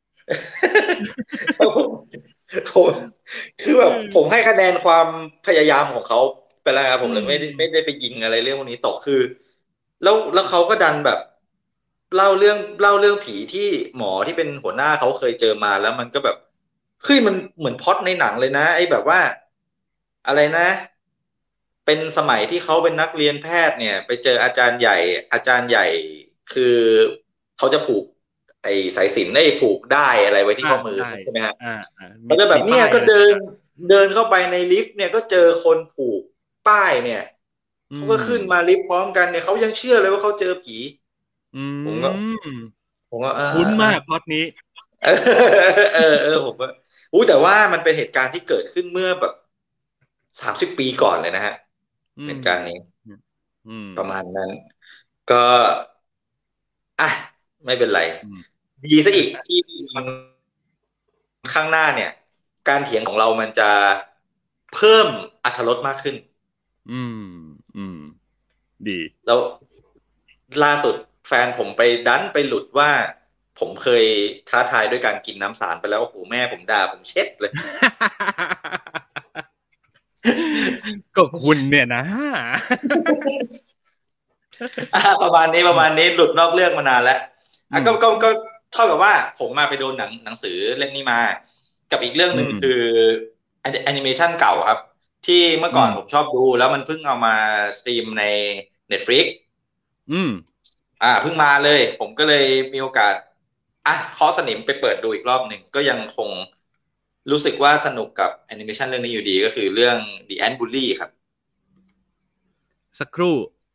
ผมคือแบบผมให้คะแนนความพยายามของเขาไปแล้วครับผมเลยไม่ได้ไม่ได้ไปยิงอะไรเรื่องพวกนี้ตกคือแล้วแล้วเขาก็ดันแบบเล่าเรื่องเล่าเรื่องผีที่หมอที่เป็นหัวหน้าเขาเคยเจอมาแล้วมันก็แบบเฮ้ยมันเหมือนพล็อตในหนังเลยนะไอ้แบบว่าอะไรนะเป็นสมัยที่เขาเป็นนักเรียนแพทย์เนี่ยไปเจออาจารย์ใหญ่อาจารย์ใหญ่คือเขาจะผูกไอ้สายสิญจน์ได้ผูกได้อะไรไว้ที่ข้อมือใช่ไหมฮะมันก็แบบเนี่ยก็เดินเดินเข้าไปในลิฟต์เนี่ยก็เจอคนผูกป้ายเนี่ยเขาก็ขึ้นมาลิฟต์พร้อมกันเนี่ยเขายังเชื่อเลยว่าเขาเจอผีผมก็ผมก็
คุ้นมากพล็อตนี้
เออเออเออผมก็อู้แต่ว่ามันเป็นเหตุการณ์ที่เกิดขึ้นเมื่อแบบสามสิบปีก่อนเลยนะฮะเหตุการณ์นี้ประมาณนั้นก็อ่ะไม่เป็นไรดีซะอีกที่มันข้างหน้าเนี่ยการเถียงของเรามันจะเพิ่มอรรถรสมากขึ้น
อืมอืมดี
แล้วล่าสุดแฟนผมไปดันไปหลุดว่าผมเคยท้าทายด้วยการกินน้ำสารไปแล้วโอ้โหแม่ผมด่าผมเช็ดเลย
ก็คุณเนี่ยนะ
ประมาณนี้ประมาณนี้หลุดนอกเรื่องมานานแล้วอ่ะก็ก็ก็เท่ากับว่าผมมาไปโดนหนังหนังสือเล่มนี้มากับอีกเรื่องหนึ่งคือแอนิเมชันเก่าครับที่เมื่อก่อนผมชอบดูแล้วมันเพิ่งเอามาสตรีมใน Netflix
อืม
อ่าเพิ่งมาเลยผมก็เลยมีโอกาสอ่ะเคาะสนิมไปเปิดดูอีกรอบหนึ่งก็ยังคงรู้สึกว่าสนุกกับแอนิเมชันเรื่องนี้อยู่ดีก็คือเรื่อง The Ant Bully ครับ
สักครู่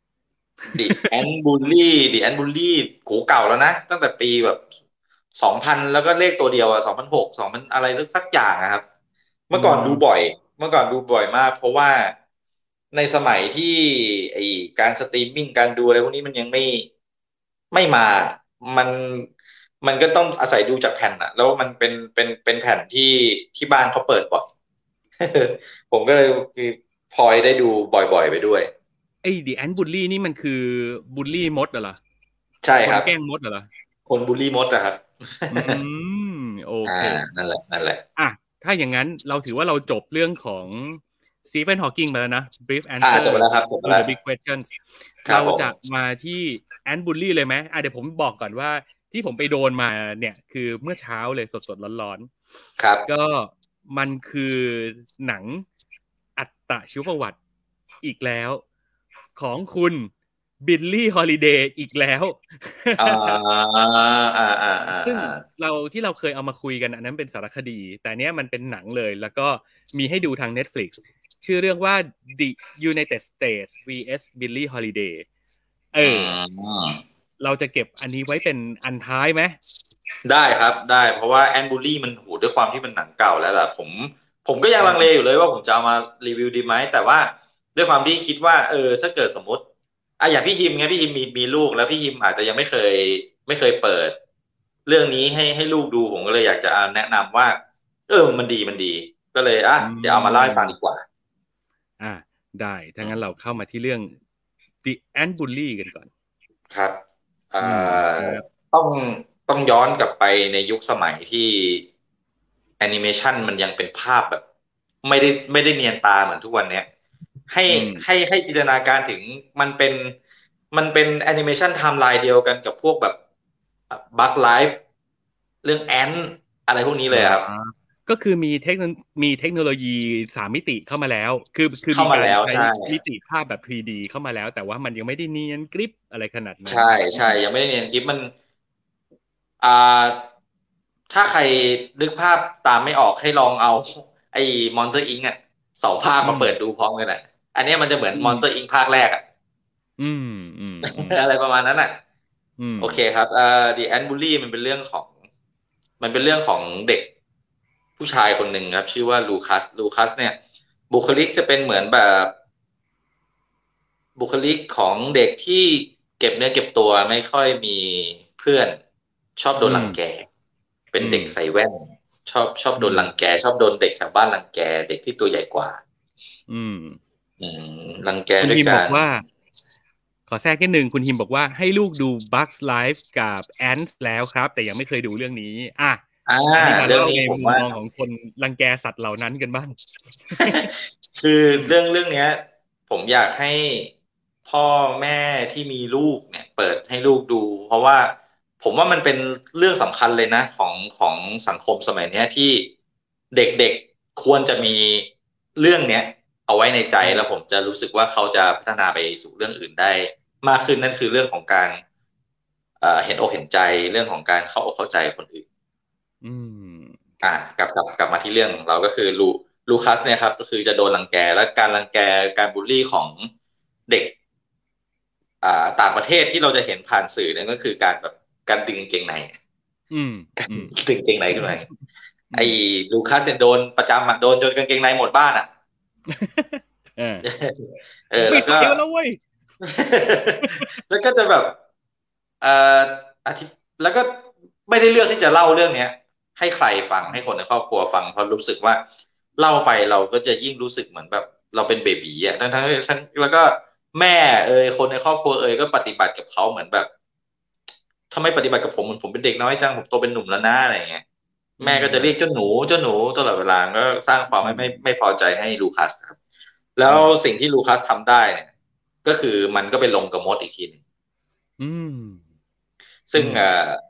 The Ant Bully The Ant Bully โหเก่าแล้วนะตั้งแต่ปีแบบสองพันแล้วก็เลขตัวเดียวอ่ะสองพันหกสองพันอะไรสักอย่างนะครับเมื่อก่อนดูบ่อยเมื่อก่อนดูบ่อยมากเพราะว่าในสมัยที่ไอการสตรีมมิ่งการดูอะไรพวกนี้มันยังไม่ไม่มามันมันก็ต้องอาศัยดูจากแผ่นอะแล้วมันเป็นเป็นเป็นแผ่นที่ที่บ้านเขาเปิดบ่อยผมก็เลยคือพลอยได้ดูบ่อยๆไปด้วย
ไอ้ดิแอนบูลลี่นี่มันคือบูลลี่มดเหรอ
ใช่ครับ
คนแกล้งมดเหรอ
คนบูลลี่มดนะครับ
อืมโอเค
นั่นแหละนั่นแหละ
อ่ะถ้าอย่างนั้นเราถือว่าเราจบเรื่องของสตีเฟนฮอว์กิงมาแล้วนะ brief answer
จบแล้วครับจบ
to
แล้ว
the big questions เราจะมาที่แอนบูลลี่เลยไหมอ่ะเดี๋ยวผมบอกก่อนว่าที่ผมไปโดนมาเนี่ยคือเมื่อเช้าเลยสดๆร้อน
ๆครับ
ก็มันคือหนังอัตชีวประวัติอีกแล้วของคุณบิลลี่ฮอลิเดย์อีกแล้ว
อ่าอ่าอ่าอ่า
ซึ่งเราที่เราเคยเอามาคุยกันอันนั้นเป็นสารคดีแต่เนี้ยมันเป็นหนังเลยแล้วก็มีให้ดูทาง Netflix ชื่อเรื่องว่า The United States วี เอส Billie Holiday เออเราจะเก็บอันนี้ไว้เป็นอันท้ายไหม
ได้ครับได้เพราะว่าแอนบูลี่มันโหด้วยความที่มันหนังเก่าแล้วล่ะผมผมก็ยังลังเลอยู่เลยว่าผมจะเอามารีวิวดีไหมแต่ว่าด้วยความที่คิดว่าเออถ้าเกิดสมมติอ่ะอย่างพี่ฮิมไงพี่ฮิมมีมีลูกแล้วพี่ฮิมอาจจะยังไม่เคยไม่เคยเปิดเรื่องนี้ให้ให้ลูกดูผมก็เลยอยากจะแนะนำว่าเออมันดีมันดีก็เลยอ่ะเดี๋ยวเอามาเล่าให้ฟังดีกว่า
อ่าได้ถ้างั้นเราเข้ามาที่เรื่อง The Ant Bully กันก่อน
ครับอ่าต้องต้องย้อนกลับไปในยุคสมัยที่แอนิเมชันมันยังเป็นภาพแบบไม่ได้ไม่ได้เนียนตาเหมือนทุกวันเนี้ยให้ให้ให้จินตนาการถึงมันเป็นมันเป็นแอนิเมชันไทม์ไลน์เดียวกันกับพวกแบบบัคไลฟ์เรื่องแอนอะไรพวกนี้เลยครับ
ก็คือมีเทคโนมีเทคโนโลยีสามมิติเข้ามาแล้วคือคือ
มีการ
ใช้มิติภาพแบบ ทรี ดี เข้ามาแล้วแต่ว่ามันยังไม่ได้เนียนกริปอะไรขนาดนั้น
ใช่ใช่ยังไม่ได้เนียนกริปมันอ่าถ้าใครนึกภาพตามไม่ออกให้ลองเอาไอ้มอนเตอร์อิงอ่ะสองภาคมาเปิดดูพร้อมกันอ่ะอันนี้มันจะเหมือนมอนเตอร์อิงภาคแรกอ่ะ
อืมอืม
อะไรประมาณนั้นอ่ะโอเคครับเอ่อ The Ant Bully มันเป็นเรื่องของมันเป็นเรื่องของเด็กผู้ชายคนหนึ่งครับชื่อว่าลูคัสลูคัสเนี่ยบุคลิกจะเป็นเหมือนแบบบุคลิกของเด็กที่เก็บเนื้อเก็บตัวไม่ค่อยมีเพื่อนชอบโดนรังแกเป็นเด็กใส่แว่นชอบชอบโดนรังแกชอบโดนเด็กแถวบ้านรังแกเด็กที่ตัวใหญ่กว่า
อืม
อืมรังแกด้วยกัน
บอกว่าขอแทรกนิดนึงคุณฮิมบอกว่าให้ลูกดู Bugs Life กับ Ants แล้วครับแต่ยังไม่เคยดูเรื่องนี้อ่ะ
อ่า
เรื่องนี้ผมว่ามองของคนรังแกสัตว์เหล่านั้นกันบ้าง
คือเรื่องเรื่องเนี้ยผมอยากให้พ่อแม่ที่มีลูกเนี่ยเปิดให้ลูกดูเพราะว่าผมว่ามันเป็นเรื่องสำคัญเลยนะของของสังคมสมัยนี้ที่เด็กๆควรจะมีเรื่องเนี้ยเอาไว้ในใจแล้วผมจะรู้สึกว่าเขาจะพัฒนาไปสู่เรื่องอื่นได้มากขึ้นนั่นคือเรื่องของการเอ่อเห็นอกเห็นใจเรื่องของการเข้าอกเข้าใจคนอื่น
อืม
อ่ากลับกลับกลับมาที่เรื่องของเราก็คือลูลูคัสเนี่ยครับก็คือจะโดนรังแกและการรังแกการบูลลี่ของเด็กอ่าต่างประเทศที่เราจะเห็นผ่านสื่อเนี่ยก็คือการแบบการดึงกางเกงใน
อืม
ดึงกางเกงในขึ้นมาไอ้ลูคัสเนี่ยโดนประจำอ่ะโดนจนกางเกงในหมดบ้านอ่ะ
เออเออแล้วก็แล้วเว้ย
แล้วก็จะแบบเอ่ออาทิตย์แล้วก็ไม่ได้เลือกที่จะเล่าเรื่องเนี้ยให้ใครฟังให้คนในครอบครัวฟังเพราะรู้สึกว่าเล่าไปเราก็จะยิ่งรู้สึกเหมือนแบบเราเป็นเบบีอ่ะทั้งทั้งทั้งแล้วก็แม่เอ่ยคนในครอบครัวเอ่ยก็ปฏิบัติกับเขาเหมือนแบบทำไมปฏิบัติกับผมเหมือนผมเป็นเด็กน้อยจังผมโตเป็นหนุ่มแล้วนะอะไรเงี้ยแม่ก็จะเรียกเจ้าหนูเจ้าหนูตลอดเวลาก็สร้างความไม่ไม่ไม่พอใจให้ลูคัสครับแล้วสิ่งที่ลูคัสทำได้เนี่ยก็คือมันก็ไปลงกับมดอีกทีนึงซึ่งแท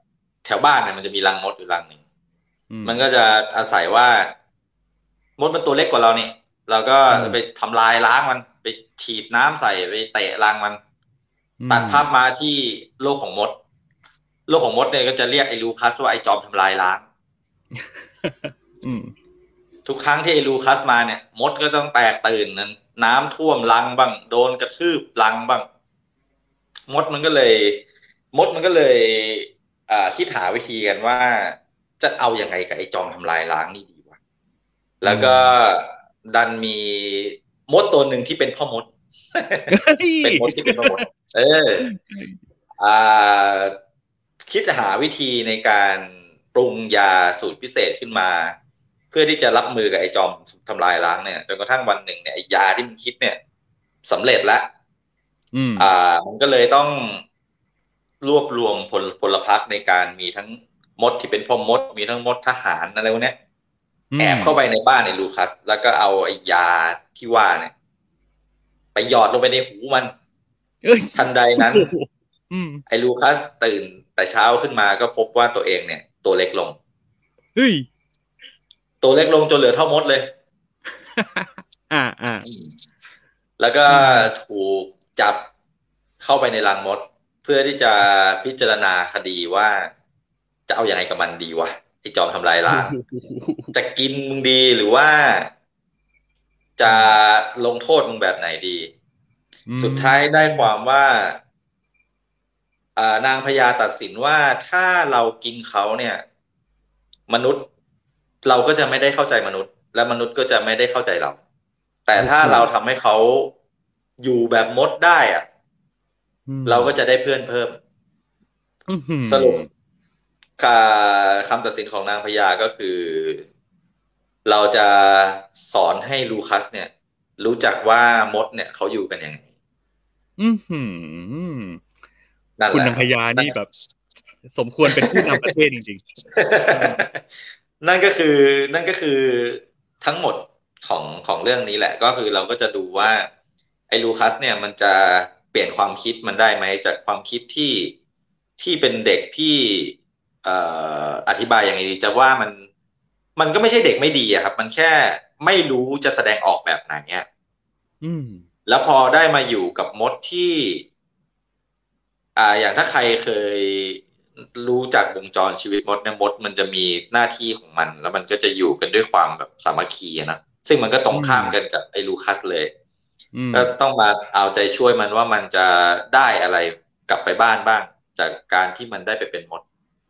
ถวบ้านเนี่ยมันจะมีรังมดอยู่รังหนึ่งมันก็จะอาศัยว่ามดมันตัวเล็กกว่าเราเนี่ยเราก็ไปทำลายล้างมันไปฉีดน้ำใส่ไปเตะรังมันตัดภาพมาที่โลกของมดโลกของมดเนี่ยก็จะเรียกไอ้ลูคัสว่าไอ้จอมทำลายล้างทุกครั้งที่ไอ้ลูคัสมาเนี่ยมดก็ต้องแตกตื่นนั้นน้ำท่วมรังบ้างโดนกระทืบรังบ้างมดมันก็เลยมดมันก็เลยอ่าคิดหาวิธีกันว่าจะเอายังไงกับไอ้จอมทำลายล้างนี่ดีวะแล้วก็ดันมีมดตัวหนึ่งที่เป็นพ่อมดเป็นมดที่เป็นพ่อมดเอออ่าคิดหาวิธีในการปรุงยาสูตรพิเศษขึ้นมาเพื่อที่จะรับมือกับไอ้จอมทำลายล้างเนี่ยจนกระทั่งวันหนึ่งเนี่ยไอ้ยาที่มันคิดเนี่ยสำเร็จแล้วอ่ามันก็เลยต้องรวบรวมพลพลพรรคในการมีทั้งมดที่เป็นพ่อมดมีทั้งมดทหารอะไรพวกนี้แอบเข้าไปในบ้านไอ้ลูคัสแล้วก็เอาไอ้ยาที่ว่าเนี่ยไปหยอดลงไปในหูมันทันใดนั้นไอ้ลูคัสตื่นแต่เช้าขึ้นมาก็พบว่าตัวเองเนี่ยตัวเล็กลง
เฮ้ย
ตัวเล็กลงจนเหลือเท่ามดเลย
อ่าอ่า
แล้วก็ถูกจับเข้าไปในรังมดเพื่อที่จะพิจารณาคดีว่าจะเอาอยัางไงกับมันดีวะไอ้จอมทำลายล้างจะกินมึงดีหรือว่าจะลงโทษมึงแบบไหนดีสุดท้ายได้ความว่านางพญาตัดสินว่าถ้าเรากินเขาเนี่ยมนุษย์เราก็จะไม่ได้เข้าใจมนุษย์และมนุษย์ก็จะไม่ได้เข้าใจเราแต่ถ้าเราทำให้เขาอยู่แบบมดได้อะเราก็จะได้เพื่อนเพิ่มสรุปคำตัดสินของนางพญาก็คือเราจะสอนให้ลูคัสเนี่ยรู้จักว่ามดเนี่ยเขาอยู่กันยังไง
คุณนางพญานี่แบบสมควรเป็นผู้นำประเทศจริง
ๆนั่นก็คือนั่นก็คือทั้งหมดของของเรื่องนี้แหละก็คือเราก็จะดูว่าไอ้ลูคัสเนี่ยมันจะเปลี่ยนความคิดมันได้ไหมจากความคิดที่ที่เป็นเด็กที่เอ่ออธิบายอย่างไรดีจะว่ามันมันก็ไม่ใช่เด็กไม่ดีอะครับมันแค่ไม่รู้จะแสดงออกแบบไหนเนี่ยแล้วพอได้มาอยู่กับมดที่อ่าอย่างถ้าใครเคยรู้จักวงจรชีวิตมดเนี่ยมดมันจะมีหน้าที่ของมันแล้วมันก็จะอยู่กันด้วยความแบบสามัคคีนะซึ่งมันก็ตรงข้ามกันกับไอ้ลูคัสเลยก็ต้องมาเอาใจช่วยมันว่ามันจะได้อะไรกลับไปบ้านบ้างจากการที่มันได้ไปเป็นมด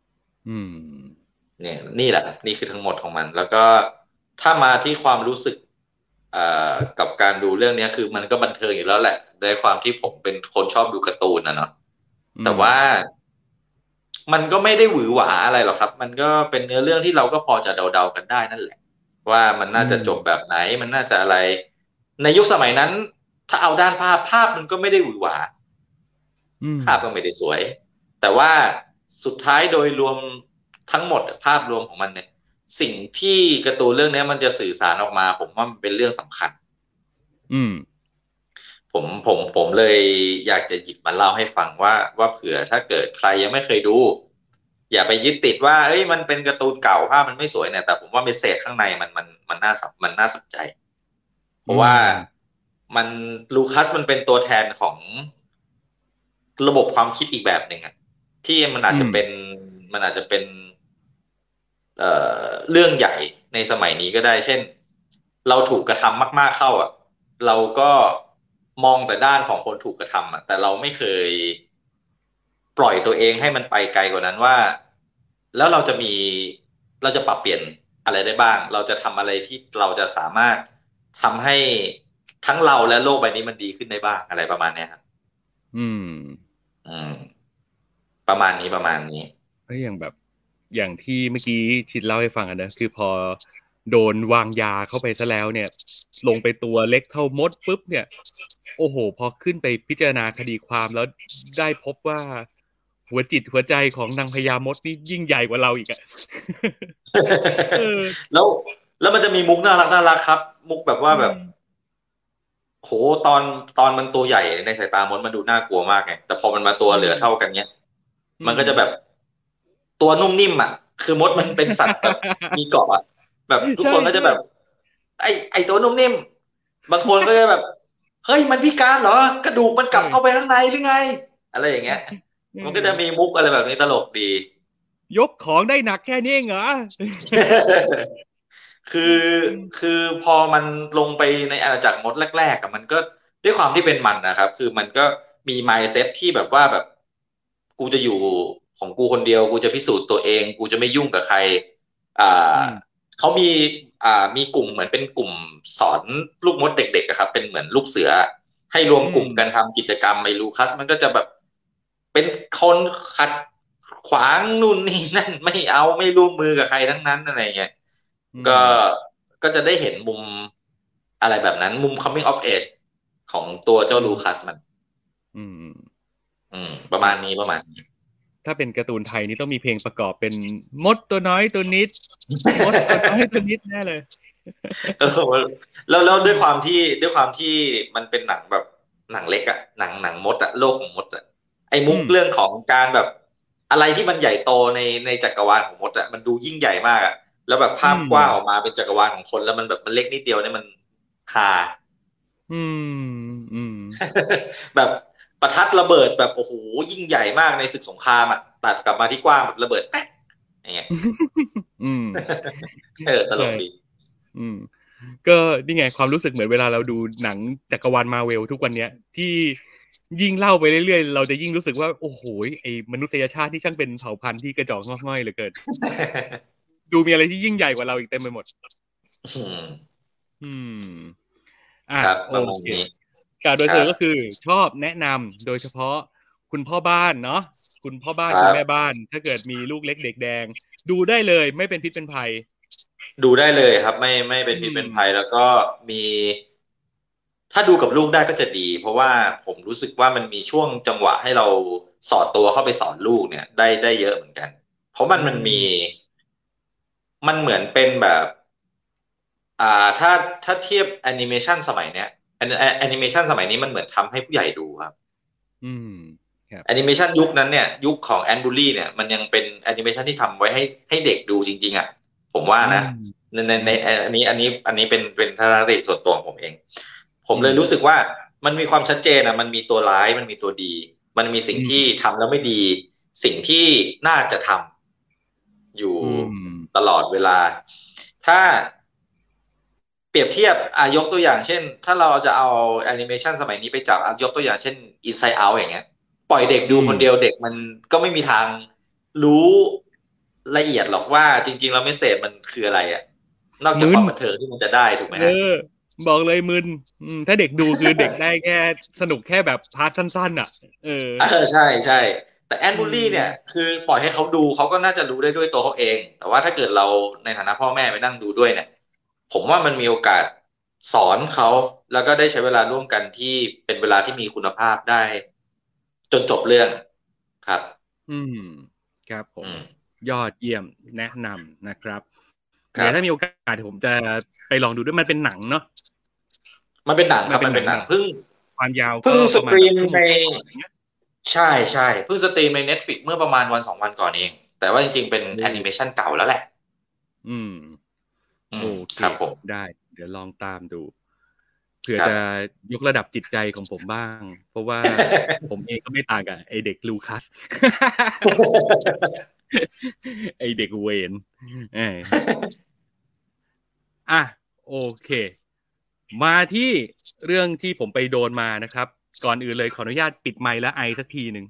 เนี่ยนี่แหละนี่คือทั้งหมดของมันแล้วก็ถ้ามาที่ความรู้สึกกับการดูเรื่องนี้คือมันก็บันเทิงอยู่แล้วแหละด้วยความที่ผมเป็นคนชอบดูการ์ตูนนะเนาะแต่ว่ามันก็ไม่ได้หวือหวาอะไรหรอกครับมันก็เป็นเนื้อเรื่องที่เราก็พอจะเดาๆกันได้นั่นแหละว่ามันน่าจะจบแบบไหนมันน่าจะอะไรในยุคสมัยนั้นถ้าเอาด้านภาพภาพมันก็ไม่ได้หวือหวาภาพก็ไม่ได้สวยแต่ว่าสุดท้ายโดยรวมทั้งหมดภาพรวมของมันเนี่ยสิ่งที่การ์ตูนเรื่องนี้มันจะสื่อสารออกมาผมว่ามันเป็นเรื่องสำคัญ
อืม
ผมผมผมเลยอยากจะหยิบมาเล่าให้ฟังว่าว่าเผื่อถ้าเกิดใครยังไม่เคยดูอย่าไปยึดติดว่าเอ้ยมันเป็นการ์ตูนเก่าภาพมันไม่สวยเนี่ยแต่ผมว่าเมสเสจข้างในมันมันมันน่ามันน่าสนใจเพราะว่ามันลูคัสมันเป็นตัวแทนของระบบความคิดอีกแบบหนึ่งอะที่มันอาจจะเป็นมันอาจจะเป็นเอ่อเรื่องใหญ่ในสมัยนี้ก็ได้เช่นเราถูกกระทำมากๆเข้าอ่ะเราก็มองแต่ด้านของคนถูกกระทำอ่ะแต่เราไม่เคยปล่อยตัวเองให้มันไปไกลกว่านั้นว่าแล้วเราจะมีเราจะปรับเปลี่ยนอะไรได้บ้างเราจะทำอะไรที่เราจะสามารถทำให้ทั้งเราและโลกใบนี้มันดีขึ้นได้บ้างอะไรประมาณนี้ครับ
อืม
อืมประมาณนี้ประมาณนี้
ก็อย่างแบบอย่างที่เมื่อกี้ชิดเล่าให้ฟังอ่ะนะคือพอโดนวางยาเข้าไปซะแล้วเนี่ยลงไปตัวเล็กเท่ามดปุ๊บเนี่ยโอ้โหพอขึ้นไปพิจารณาคดีความแล้วได้พบว่าหัวจิตหัวใจของนางพญามดนี่ยิ่งใหญ่กว่าเราอีกอ่ะ
แล้วแล้วมันจะมีมุกน่ารักน่ารักครับมุกแบบว่าแบบโหตอนตอนมันตัวใหญ่ในสายตามดมันดูน่ากลัวมากไงแต่พอมันมาตัวเหลือเท่ากันเนี้ยมันก็จะแบบตัวนุ่มนิ่มอ่ะคือมดมันเป็นสัตว์แบบมีเกาะอ่ะแบบทุกคนก็จะแบบไอไอตัวนุ่มนิ่มบางคนก็จะแบบเฮ้ยมันพิการเหรอกระดูกมันกลับเข้าไปข้างในหรือไงอะไรอย่างเงี้ยมันก็จะมีมุกอะไรแบบนี้ตลกดี
ยกของได้หนักแค่นี้เหรอ
คือคือพอมันลงไปในอาณาจักรมดแรกๆกับมันก็ด้วยความที่เป็นมันนะครับคือมันก็มี mindset ที่แบบว่าแบบกูจะอยู่ของกูคนเดียวกูจะพิสูจน์ตัวเองกูจะไม่ยุ่งกับใครอ่าเขามีอ่ามีกลุ่มเหมือนเป็นกลุ่มสอนลูกมดเด็กๆอะครับเป็นเหมือนลูกเสือให้รวมกลุ่มกันทำกิจกรรมไมลูคัสมันก็จะแบบเป็นคนขัดขวางนู่นนี่นั่นไม่เอาไม่ร่วมมือกับใครทั้งนั้นอะไรเงี้ยก็ก็จะได้เห็นมุมอะไรแบบนั้นมุม coming of age ของตัวเจ้าลูคัสมันอืมอืมประมาณนี้ประมาณนี้
ถ้าเป็นการ์ตูนไทยนี่ต้องมีเพลงประกอบเป็นมดตัวน้อยตัวนิดมดตัวน้อยตัวนิดแน่เลย
เออแล้วแล้วด้วยความที่ด้วยความที่มันเป็นหนังแบบหนังเล็กอะหนังหนังมดอะโลกของมดอะไอ้มุกเรื่องของการแบบอะไรที่มันใหญ่โตในในจักรวาลของมดอะมันดูยิ่งใหญ่มากอะแล้วแบบภาพกว้างออกมาเป็นจักรวาลของคนแล้วมันแบบมันเล็กนิดเดียวเนี่ยมันฮา
อืมอืม
แบบประทัดระเบิดแบบโอ้โหยิ่งใหญ่มากในศึกสงครามอะตัดกลับมาที่กว้างแบบระเบิดแป๊ะอย่างเงี้ย
อืม
เออตลกดี
อืมก็นี่ไงความรู้สึกเหมือนเวลาเราดูหนังจักรวาลมาเวลทุกวันเนี้ยที่ยิ่งเล่าไปเรื่อยๆเราจะยิ่งรู้สึกว่าโอ้โหไอ้มนุษยชาติที่ช่างเป็นเผ่าพันธุ์ที่กระจอกงอกง่อยเหลือเกินดูมีอะไรที่ยิ่งใหญ่กว่าเราอีกเต็มไปหมดอืมอ่ะโอเคการโดยสรุปก็คือชอบแนะนำโดยเฉพาะคุณพ่อบ้านเนาะคุณพ่อบ้านคุณแม่บ้านถ้าเกิดมีลูกเล็กเด็กแดงดูได้เลยไม่เป็นพิษเป็นภัย
ดูได้เลยครับไม่ไม่เป็นพิษเป็นภัยแล้วก็มีถ้าดูกับลูกได้ก็จะดี เพราะว่าผมรู้สึกว่ามันมีช่วงจังหวะให้เราสอดตัวเข้าไปสอนลูกเนี่ยได้ได้เยอะเหมือนกัน เพราะมันมันมีมันเหมือนเป็นแบบอ่าถ้าถ้าเทียบแอนิเมชันสมัยเนี้ยแอนิเมชันสมัยนี้มันเหมือนทำให้ผู้ใหญ่ดูครับ
อืม
แอนิเมชันยุคนั้นเนี่ยยุคของแอนบูลี่เนี่ยมันยังเป็นแอนิเมชันที่ทำไว้ให้ให้เด็กดูจริงๆอ่ะผมว่านะในในในอันนี้อันนี้อันนี้เป็นเป็นทัศนคติส่วนตัวของผมเองผมเลยรู้สึกว่ามันมีความชัดเจนอ่ะมันมีตัวร้ายมันมีตัวดีมันมีสิ่งที่ทำแล้วไม่ดีสิ่งที่น่าจะทำอยู่ตลอดเวลาถ้าเปรียบเทียบอายกตัวอย่างเช่นถ้าเราจะเอาแอนิเมชันสมัยนี้ไปจับยกตัวอย่างเช่น Inside Out อย่างเงี้ยปล่อยเด็กดูคนเดียวเด็กมันก็ไม่มีทางรู้ละเอียดหรอกว่าจริงๆแล้วเมสเสจมันคืออะไรอ่ะนอกจากความบันเทิงที่มันจะได้ถูกไหมฮะ
บอกเลยมึนถ้าเด็กดูคือเด็กได้แค่สนุกแค่แบบพาร์ทสั้นๆอ่ะเออ
เออใช่ใช่แต่แอนบูลลี่เนี่ยคือปล่อยให้เขาดูเขาก็น่าจะรู้ได้ด้วยตัวเขาเองแต่ว่าถ้าเกิดเราในฐานะพ่อแม่ไปนั่งดูด้วยเนี่ยผมว่ามันมีโอกาสสอนเขาแล้วก็ได้ใช้เวลาร่วมกันที่เป็นเวลาที่มีคุณภาพได้จนจบเรื่องครับ
อืมครับผมยอดเยี่ยมแนะนำนะครับเดี๋ยวถ้ามีโอกาสผมจะไปลองดูด้วยมันเป็นหนังเนาะ
มันเป็นหนังครับมันเป็นหนังเพิ่ง
ความยาว
เพิ่งสตรีมในใช่ใช่เพิ่งสตรีมใน Netflix เมื่อประมาณวันสองวันก่อนเองแต่ว่าจริงๆเป็นแอนิเมชันเก่าแล้วแหละ
อืมโอเคได้เดี๋ยวลองตามดูเผื่อจะยกระดับจิตใจของผมบ้างเพราะว่าผมเองก็ไม่ต่างกับไอเด็กลูคัสไอเด็กเวนเอออ่ะโอเคมาที่เรื่องที่ผมไปโดนมานะครับก่อนอื่นเลยขออนุญาตปิดไมค์และไอสักทีหนึ่ง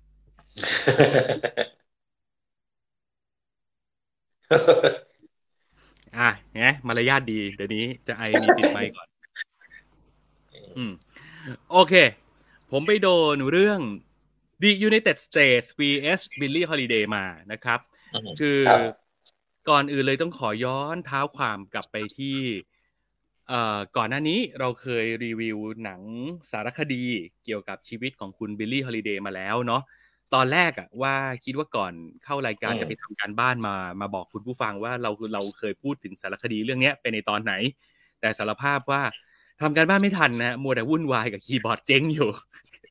อ่ะไงมารยาทดีเดี๋ยวนี้จะไอมีปิดไมค์ก่อนอืมโอเคผมไปโดนเรื่อง The United States วี เอส Billie Holiday มานะครับคือก่อนอื่นเลยต้องขอย้อนเท้าความกลับไปที่เอ่อก่อนหน้านี้เราเคยรีวิวหนังสารคดีเกี่ยวกับชีวิตของคุณ Billie Holiday มาแล้วเนาะตอนแรกอะว่าคิดว่าก่อนเข้ารายการจะไปทำการบ้านมามาบอกคุณผู้ฟังว่าเราเราเคยพูดถึงสารคดีเรื่องนี้ไปในตอนไหนแต่สารภาพว่าทำการบ้านไม่ทันนะมัวแต่วุ่นวายกับคีย์บอร์ดเจ๊งอยู่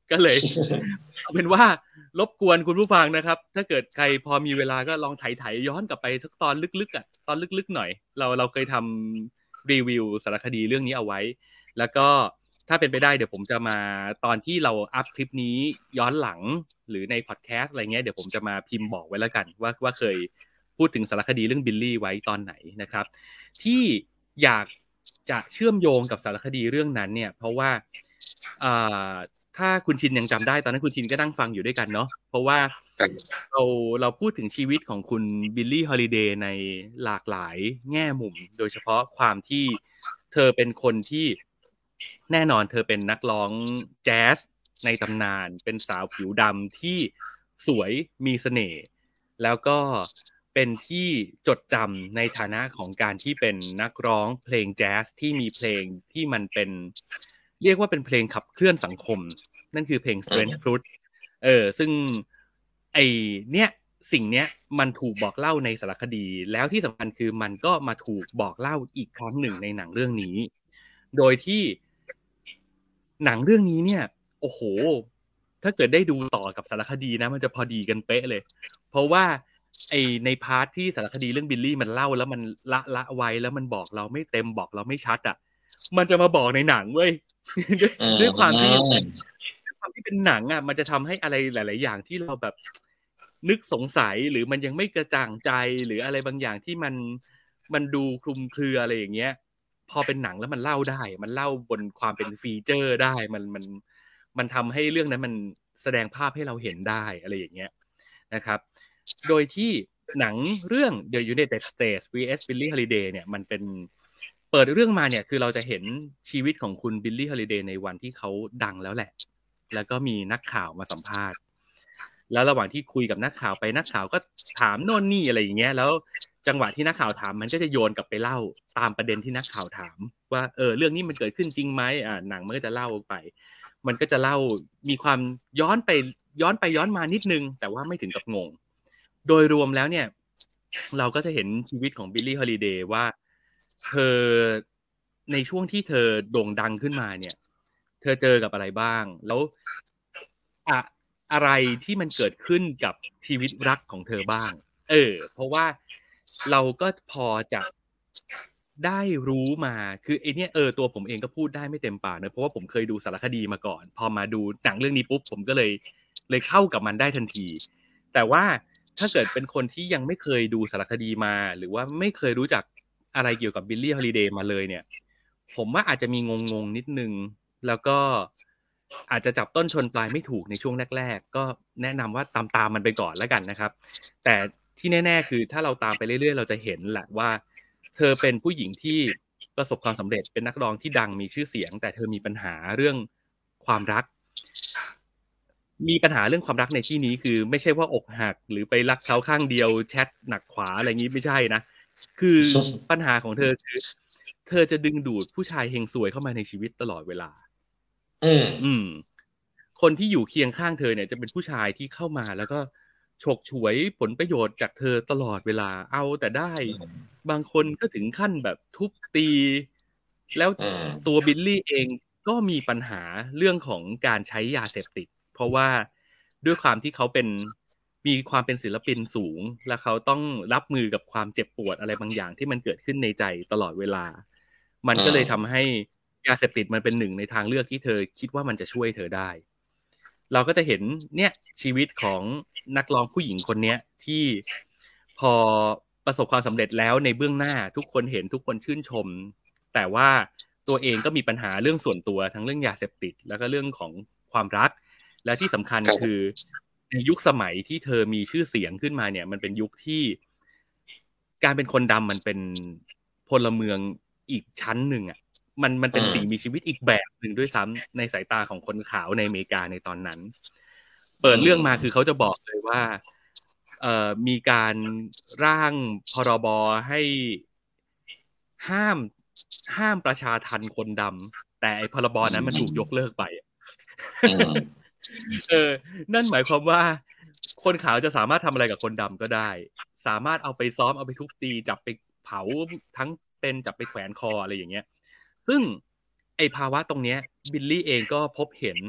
ก็เลยเอาเป็นว่ารบกวนคุณผู้ฟังนะครับถ้าเกิดใครพอมีเวลาก็ลองไถๆย้อนกลับไปสักตอนลึกๆอ่ะตอนลึกๆหน่อยเราเราเคยทำรีวิวสารคดีเรื่องนี้เอาไว้แล้วก็ถ้าเป็นไปได้เดี๋ยวผมจะมาตอนที่เราอัพคลิปนี้ย้อนหลังหรือในพอดแคสต์อะไรเงี้ยเดี๋ยวผมจะมาพิมพ์บอกไว้แล้วกันว่าว่าเคยพูดถึงสารคดีเรื่องบิลลี่ไว้ตอนไหนนะครับที่อยากจะเชื่อมโยงกับสารคดีเรื่องนั้นเนี่ยเพราะว่าอ่าถ้าคุณชินยังจำได้ตอนนั้นคุณชินก็นั่งฟังอยู่ด้วยกันเนาะเพราะว่าเราเราพูดถึงชีวิตของคุณบิลลี่ฮอลิเดย์ในหลากหลายแง่มุมโดยเฉพาะความที่เธอเป็นคนที่แน่นอนเธอเป็นนักร้องแจ๊สในตำนานเป็นสาวผิวดำที่สวยมีเสน่ห์แล้วก็เป็นที่จดจำในฐานะของการที่เป็นนักร้องเพลงแจ๊สที่มีเพลงที่มันเป็นเรียกว่าเป็นเพลงขับเคลื่อนสังคมนั่นคือเพลง Strange Fruit เออซึ่งไอเนี้ยสิ่งเนี้ยมันถูกบอกเล่าในสารคดีแล้วที่สำคัญคือมันก็มาถูกบอกเล่าอีกครั้งหนึ่งในหนังเรื่องนี้โดยที่หนังเรื่องนี้เนี่ยโอ้โหถ้าเกิดได้ดูต่อกับสารคดีนะมันจะพอดีกันเป๊ะเลยเพราะว่าไอในพาร์ทที่สารคดีเรื่องบิลลี่มันเล่าแล้วมันละละไว้แล้วมันบอกเราไม่เต็มบอกเราไม่ชัดอ่ะมันจะมาบอกในหนังเว้ย ด้วยด้วยความที่ด้วยความที่เป็นหนังอ่ะมันจะทำให้อะไรหลายๆอย่างที่เราแบบนึกสงสัยหรือมันยังไม่กระจ่างใจหรืออะไรบางอย่างที่มันมันดูคลุมเครืออะไรอย่างเงี้ยพอเป็นหนังแล้วมันเล่าได้มันเล่าบนความเป็นฟีเจอร์ได้มันมันมันทำให้เรื่องนั้นมันแสดงภาพให้เราเห็นได้อะไรอย่างเงี้ยนะครับโดยที่หนังเรื่อง The United States วี เอส Billie Holiday เนี่ยมันเป็นเปิดเรื่องมาเนี่ยคือเราจะเห็นชีวิตของคุณบิลลี่ฮอลิเดย์ในวันที่เขาดังแล้วแหละแล้วก็มีนักข่าวมาสัมภาษณ์แล้วระหว่างที่คุยกับนักข่าวไปนักข่าวก็ถามโน่นนี่อะไรอย่างเงี้ยแล้วจังหวะที่นักข่าวถามมันก็จะโยนกลับไปเล่าตามประเด็นที่นักข่าวถามว่าเออเรื่องนี้มันเกิดขึ้นจริงไหมอ่าหนังมันก็จะเล่าไปมันก็จะเล่ามีความย้อนไปย้อนไปย้อนมานิดนึงแต่ว่าไม่ถึงกับงงโดยรวมแล้วเนี่ยเราก็จะเห็นชีวิตของบิลลี่ฮอลิเดย์ว่าเธอในช่วงที่เธอโด่งดังขึ้นมาเนี่ยเธอเจอกับอะไรบ้างแล้วอะอะไรที่มันเกิดขึ้นกับชีวิตรักของเธอบ้างเออเพราะว่าเราก็พอจะได้รู้มาคือไอเนี้ยเออตัวผมเองก็พูดได้ไม่เต็มปากนะเพราะว่าผมเคยดูสารคดีมาก่อนพอมาดูหนังเรื่องนี้ปุ๊บผมก็เลยเลยเข้ากับมันได้ทันทีแต่ว่าถ้าเกิดเป็นคนที่ยังไม่เคยดูสารคดีมาหรือว่าไม่เคยรู้จักอะไรเกี่ยวกับบิลลี่ฮอลิเดย์มาเลยเนี่ยผมว่าอาจจะมีงงๆนิดนึงแล้วก็อาจจะจับต้นชนปลายไม่ถูกในช่วงแรกๆก็แนะนำว่าตามตามมันไปก่อนแล้วกันนะครับแต่ที่แน่ๆคือถ้าเราตามไปเรื่อยๆเราจะเห็นแหละว่าเธอเป็นผู้หญิงที่ประสบความสำเร็จเป็นนักร้องที่ดังมีชื่อเสียงแต่เธอมีปัญหาเรื่องความรักมีปัญหาเรื่องความรักในที่นี้คือไม่ใช่ว่าอกหักหรือไปรักเขาข้างเดียวแชทหนักขวาอะไรงี้ไม่ใช่นะคือปัญหาของเธอคือเธอจะดึงดูดผู้ชายเฮงซวยเข้ามาในชีวิตตลอดเวลาอืมอืมคนที่อยู่เคียงข้างเธอเนี่ยจะเป็นผู้ชายที่เข้ามาแล้วก็ฉกฉวยผลประโยชน์จากเธอตลอดเวลาเอาแต่ได้บางคนก็ถึงขั้นแบบทุบตีแล้วตัวบิลลี่เองก็มีปัญหาเรื่องของการใช้ยาเสพติดเพราะว่าด้วยความที่เขาเป็นมีความเป็นศิลปินสูงและเขาต้องรับมือกับความเจ็บปวดอะไรบางอย่างที่มันเกิดขึ้นในใจตลอดเวลามันก็เลยทำให้ยาเสพติดมันเป็นหนึ่งในทางเลือกที่เธอคิดว่ามันจะช่วยเธอได้เราก็จะเห็นเนี่ยชีวิตของนักร้องผู้หญิงคนนี้ที่พอประสบความสำเร็จแล้วในเบื้องหน้าทุกคนเห็นทุกคนชื่นชมแต่ว่าตัวเองก็มีปัญหาเรื่องส่วนตัวทั้งเรื่องยาเสพติดแล้วก็เรื่องของความรักและที่สำคัญคือในยุคสมัยที่เธอมีชื่อเสียงขึ้นมาเนี่ยมันเป็นยุคที่การเป็นคนดำมันเป็นพลเมืองอีกชั้นหนึ่งอ่ะมันมันเป็นสิ่งมีชีวิตอีกแบบหนึ่งด้วยซ้ำในสายตาของคนขาวในอเมริกาในตอนนั้นเปิดเรื่องมาคือเขาจะบอกเลยว่าเอ่อมีการร่างพรบให้ห้ามห้ามประชาทัณฑ์คนดำแต่ไอ้พรบนั้นมันถูกยกเลิกไปเออนั่นหมายความว่าคนขาวจะสามารถทำอะไรกับคนดำก็ได้สามารถเอาไปซ้อมเอาไปทุบตีจับไปเผาทั้งเป็นจับไปแขวนคออะไรอย่างเงี้ยซึ่งไอ้ภาวะตรงเนี้ยบิลลี่เองก็พบเห็นพ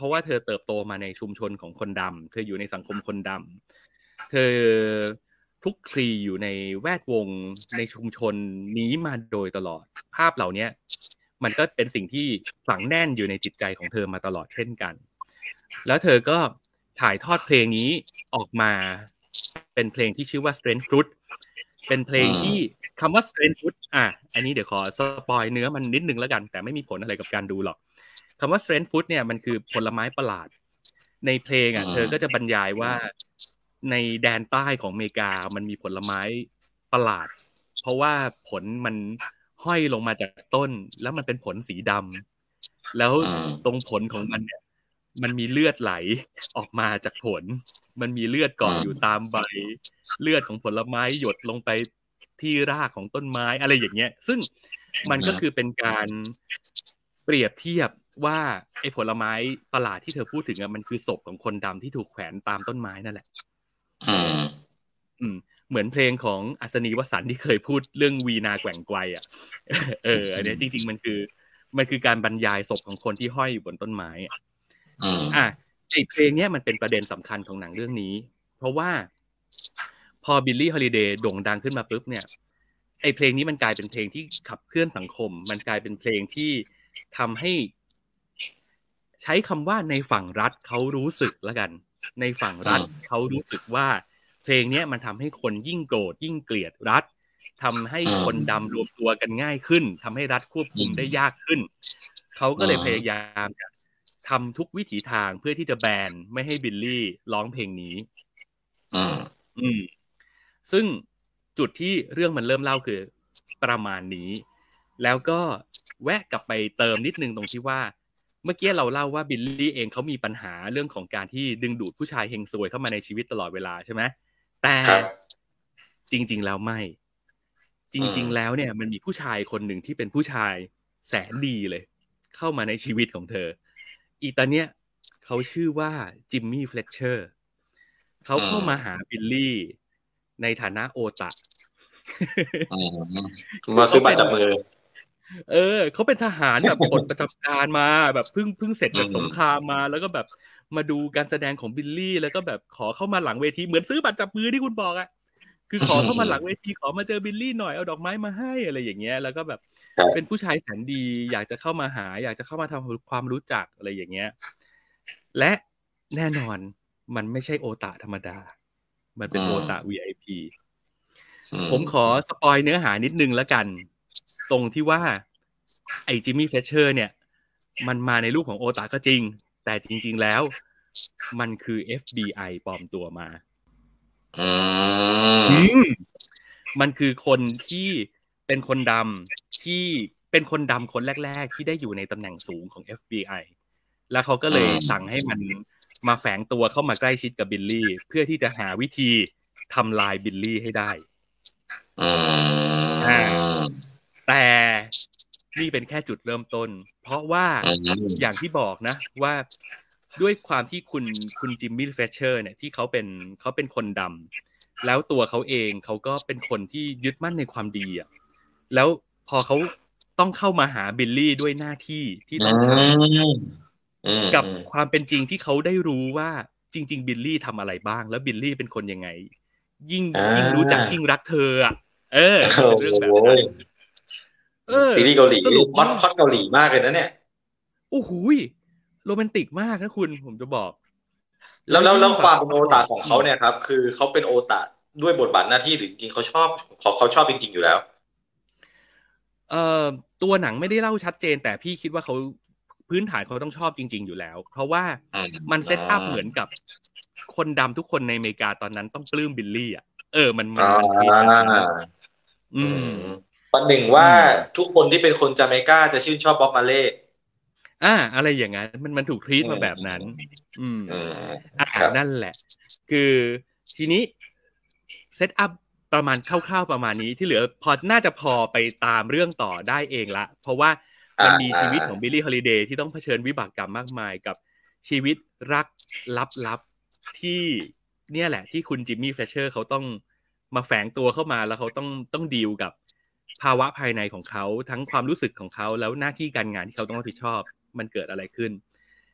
ราะว่าเธอเติบโตมาในชุมชนของคนดำเธออยู่ในสังคมคนดำเธอคลุกคลีอยู่ในแวดวงในชุมชนนี้มาโดยตลอดภาพเหล่านี้มันก็เป็นสิ่งที่ฝังแน่นอยู่ในจิตใจของเธอมาตลอดเช่นกันแล้วเธอก็ถ่ายทอดเพลงนี้ออกมาเป็นเพลงที่ชื่อว่า Strange Fruit เป็นเพลงที่คำว่า Strange Fruit อ่ะอันนี้เดี๋ยวขอสปอยเนื้อมันนิดนึงแล้วกันแต่ไม่มีผลอะไรกับการดูหรอกคำว่า Strange Fruit เนี่ยมันคือผลไม้ประหลาดในเพลงอ่ะเธอก็จะบรรยายว่าในแดนใต้ของอเมริกามันมีผลไม้ประหลาดเพราะว่าผลมันห้อยลงมาจากต้นแล้วมันเป็นผลสีดำแล้วตรงผลของมันเนี่ยมันมีเลือดไหลออกมาจากผลมันมีเลือดเกาะอยู่ตามใบเลือดของผลไม้หยดลงไปที่รากของต้นไม้อะไรอย่างเงี้ยซึ่งมันก็คือเป็นการเปรียบเทียบว่าไอ้ผลไม้ประหลาดที่เธอพูดถึงอ่ะมันคือศพของคนดำที่ถูกแขวนตามต้นไม้นั่นแหละอืมอืมเหมือนเพลงของอัศนีวสันต์ที่เคยพูดเรื่องวีนาแกว่งไกวอ่ะเอออันนี้จริงๆมันคือมันคือการบรรยายศพของคนที่ห้อยอยู่บนต้นไม้อ่ะอ่ะไอ้เพลงเนี้ยมันเป็นประเด็นสำคัญของหนังเรื่องนี้เพราะว่าพอบิลลี่ฮอลิเดย์โด่งดังขึ้นมาปุ๊บเนี่ยไอ้เพลงนี้มันกลายเป็นเพลงที่ขับเคลื่อนสังคมมันกลายเป็นเพลงที่ทำให้ใช้คำว่าในฝั่งรัฐเขารู้สึกแล้วกันในฝั่งรัฐเขารู้สึกว่าเพลงนี้มันทำให้คนยิ่งโกรธยิ่งเกลียดรัฐทำให้คนดำรวมตัวกันง่ายขึ้นทำให้รัฐควบคุมได้ยากขึ้นเขาก็เลยพยายามจะทำทุกวิถีทางเพื่อที่จะแบนไม่ให้บิลลี่ร้องเพลงนี้อืมอืมซึ่งจุดที่เรื่องมันเริ่มเล่าคือประมาณนี้แล้วก็แวะกลับไปเติมนิดนึงตรงที่ว่าเมื่อกี้เราเล่าว่าบิลลี่เองเขามีปัญหาเรื่องของการที่ดึงดูดผู้ชายเฮงซวยเข้ามาในชีวิตตลอดเวลาใช่ไหมแต่จริงๆแล้วไม่จริงๆแล้วเนี่ยมันมีผู้ชายคนหนึ่งที่เป็นผู้ชายแสนดีเลยเข้ามาในชีวิตของเธออีตาเนี้ยเขาชื่อว่าจิมมี่เฟล็ตเชอร์เขาเข้ามาหาบิลลี่ในฐานะโอตะ
มาซื้อบัตรจับมือ
เออเขาเป็นทหารแบบปลดประจำการมาแบบเพิ่งเพิ่งเสร็จจากสงครามมาแล้วก็แบบมาดูการแสดงของบิลลี่แล้วก็แบบขอเข้ามาหลังเวทีเหมือนซื้อบัตรจับมือที่คุณบอกอ่ะคือขอเข้ามาหลังเวทีขอมาเจอบิลลี่หน่อยเอาดอกไม้มาให้อะไรอย่างเงี้ยแล้วก็แบบเป็นผู้ชายแสนดีอยากจะเข้ามาหาอยากจะเข้ามาทำความรู้จักอะไรอย่างเงี้ยและแน่นอนมันไม่ใช่โอตาธรรมดามันเป็นโอตา วี ไอ พี ผมขอสปอยเนื้อหานิดนึงแล้วกันตรงที่ว่าไอ้จิมมี่เฟชเชอร์เนี่ยมันมาในรูปของโอตาก็จริงแต่จริงๆแล้วมันคือ เอฟ บี ไอ ปลอมตัวมาอืมมันคือคนที่เป็นคนดำที่เป็นคนดำคนแรกๆที่ได้อยู่ในตำแหน่งสูงของ เอฟ บี ไอ แล้วเขาก็เลยสั่งให้มันมาแฝงตัวเข้ามาใกล้ชิดกับบิลลี่เพื่อที่จะหาวิธีทำลายบิลลี่ให้ได้อ่าแต่นี่เป็นแค่จุดเริ่มต้นเพราะว่าอย่างที่บอกนะว่าด้วยความที่คุณคุณจิมมี่เฟชเชอร์เนี่ยที่เขาเป็นเขาเป็นคนดำแล้วตัวเขาเองเขาก็เป็นคนที่ยึดมั่นในความดีอ่ะแล้วพอเขาต้องเข้ามาหาบิลลี่ด้วยหน้าที่ที่ต้องทำกับความเป็นจริงที่เขาได้รู้ว่าจริงๆบิลลี่ทำอะไรบ้างแล้วบิลลี่เป็นคนยังไงยิ่งยิ่งรู้จักยิ่งรักเธออ่ะเออเป็นเรื่องแบบนั้น
ซีรีส์เกาหลีฮอตฮอตเกาหลีมากเลยนะเนี่ย
โอ้โหโรแมนติกมากนะคุณผมจะบอก
แล้วแล้วแล้วความเป็นโอตาของเขาเนี่ยครับคือเขาเป็นโอตาด้วยบทบาทหน้าที่หรือจริงๆเขาชอบเขาเขาชอบจริงๆอยู่แล้ว
เอ่อตัวหนังไม่ได้เล่าชัดเจนแต่พี่คิดว่าเขาพื้นฐานเขาต้องชอบจริงๆอยู่แล้วเพราะว่ามันเซตอัพเหมือนกับคนดำทุกคนในอเมริกาตอนนั้นต้องปลื้มบิลลี่อ่ะเออมันมันมันคิด
อืมวันหนึ่งว่าทุกคนที่เป็นคนจาเมกาจะชื่นชอบบ๊อบมาเล่
อ่าอะไรอย่างนั้นมันมันถูกทรีตมาแบบนั้นอืมอ่านั่นแหละคือทีนี้เซตอัพประมาณคร่าวๆประมาณนี้ที่เหลือพอน่าจะพอไปตามเรื่องต่อได้เองละเพราะว่ามันมีชีวิตของบิลลี่ฮอลิเดย์ที่ต้องเผชิญวิบากกรรมมากมายกับชีวิตรักลับๆที่เนี่ยแหละที่คุณจิมมี่เฟชเชอร์เขาต้องมาแฝงตัวเข้ามาแล้วเขาต้องต้องดีลกับภาวะภายในของเขาทั้งความรู้สึกของเขาแล้วหน้าที่การงานที่เขาต้องรับผิดชอบมันเกิดอะไรขึ้น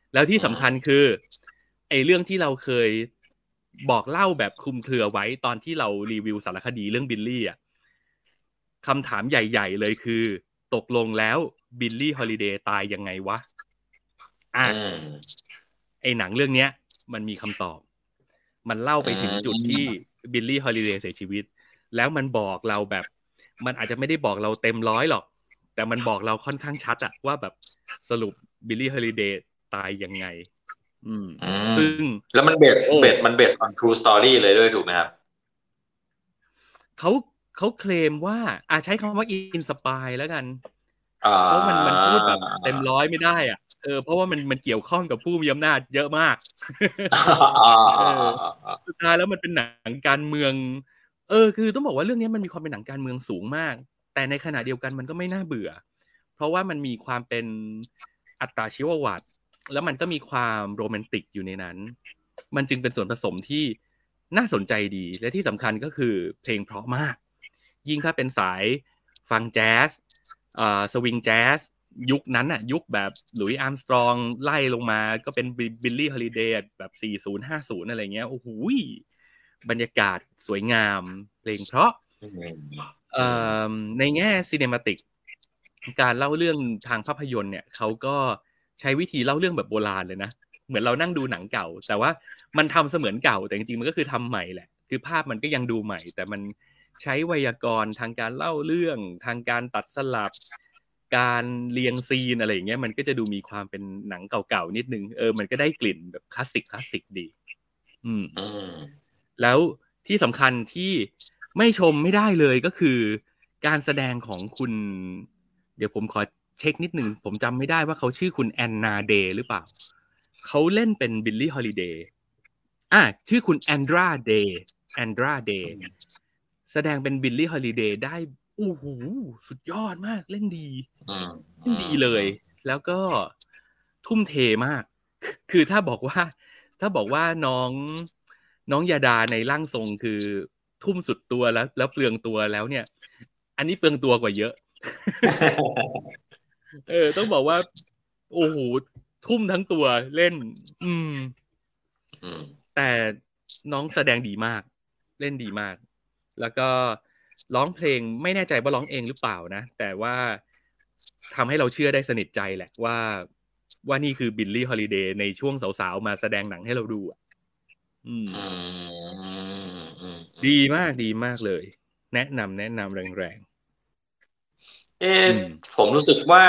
แล้วที่สำคัญคือไอ้เรื่องที่เราเคยบอกเล่าแบบคลุมเครือไว้ตอนที่เรารีวิวสารคดีเรื่องบิลลี่อ่ะคำถามใหญ่ๆเลยคือตกลงแล้วบิลลี่ฮอลิเดย์ตายยังไงวะอ่ะไอ้หนังเรื่องเนี้ยมันมีคำตอบมันเล่าไปถึงจุดที่บิลลี่ฮอลิเดย์เสียชีวิตแล้วมันบอกเราแบบมันอาจจะไม่ได้บอกเราเต็มร้อยหรอกแต่มันบอกเราค่อนข้างชัดอะว่าแบบสรุปบิลลี่ฮอลิเดย์ตายยังไงอืมซึ่ง
แล้วมันเบสเบสมันเบส on true story เลยด้วยถูกไหมครับ
เขาเขาเคลมว่าอาใช้คำว่าอินสปายแล้วกันเพราะมันมันพูดแบบเต็มร้อยไม่ได้อ่ะเออเพราะว่ามันมันเกี่ยวข้องกับผู้มีอำนาจเยอะมากเออสุดท้ายแล้วมันเป็นหนังการเมืองเออคือต้องบอกว่าเรื่องนี้มันมีความเป็นหนังการเมืองสูงมากแต่ในขณะเดียวกันมันก็ไม่น่าเบื่อเพราะว่ามันมีความเป็นอัตชีววัตรแล้วมันก็มีความโรแมนติกอยู่ในนั้นมันจึงเป็นส่วนผสมที่น่าสนใจดีและที่สำคัญก็คือเพลงเพราะมากยิ่งถ้าเป็นสายฟังแจ๊สอ่าสวิงแจ๊สยุคนั้นน่ะยุคแบบหลุยส์อาร์มสตรองไล่ลงมาก็เป็นบิลลี่ฮอลิเดย์แบบสี่สิบ ห้าสิบอะไรเงี้ยโอ้โหบรรยากาศสวยงามเพลงเพราะเอ่อในแง่ซีเนมาติกการเล่าเรื่องทางภาพยนตร์เนี่ยเขาก็ใช้วิธีเล่าเรื่องแบบโบราณเลยนะเหมือนเรานั่งดูหนังเก่าแต่ว่ามันทำเสมือนเก่าแต่จริงๆมันก็คือทำใหม่แหละคือภาพมันก็ยังดูใหม่แต่มันใช้ไวยากรณ์ทางการเล่าเรื่องทางการตัดสลับการเรียงซีนอะไรอย่างเงี้ยมันก็จะดูมีความเป็นหนังเก่าๆนิดนึงเออมันก็ได้กลิ่นแบบคลาสสิกคลาสสิกดีอืมแล้วที่สำคัญที่ไม่ชมไม่ได้เลยก็คือการแสดงของคุณเดี๋ยวผมขอเช็คนิดนึงผมจำไม่ได้ว่าเขาชื่อคุณแอนนาเดย์หรือเปล่าเขาเล่นเป็นบิลลี่ฮอลิเดย์อ่ะชื่อคุณแอนดราเดย์แอนดราเดย์แสดงเป็นบิลลี่ฮอลิเดย์ได้โอ้โหสุดยอดมากเล่นดีเล่นดีเลยแล้วก็ทุ่มเทมากคือถ้าบอกว่าถ้าบอกว่าน้องน้องยาดาในร่างทรงคือทุ่มสุดตัวแล้วแล้วเปลืองตัวแล้วเนี่ยอันนี้เปลืองตัวกว่าเยอะเออต้องบอกว่าโอ้โหทุ่มทั้งตัวเล่นอืมแต่น้องแสดงดีมากเล่นดีมากแล้วก็ร้องเพลงไม่แน่ใจว่าร้องเองหรือเปล่านะแต่ว่าทำให้เราเชื่อได้สนิทใจแหละว่าว่านี่คือบิลลี่ฮอลิเดย์ในช่วงสาวๆมาแสดงหนังให้เราดูอ่ะอืมดีมากดีมากเลยแนะนำแนะนำแรงๆ
เออผมรู้สึกว่า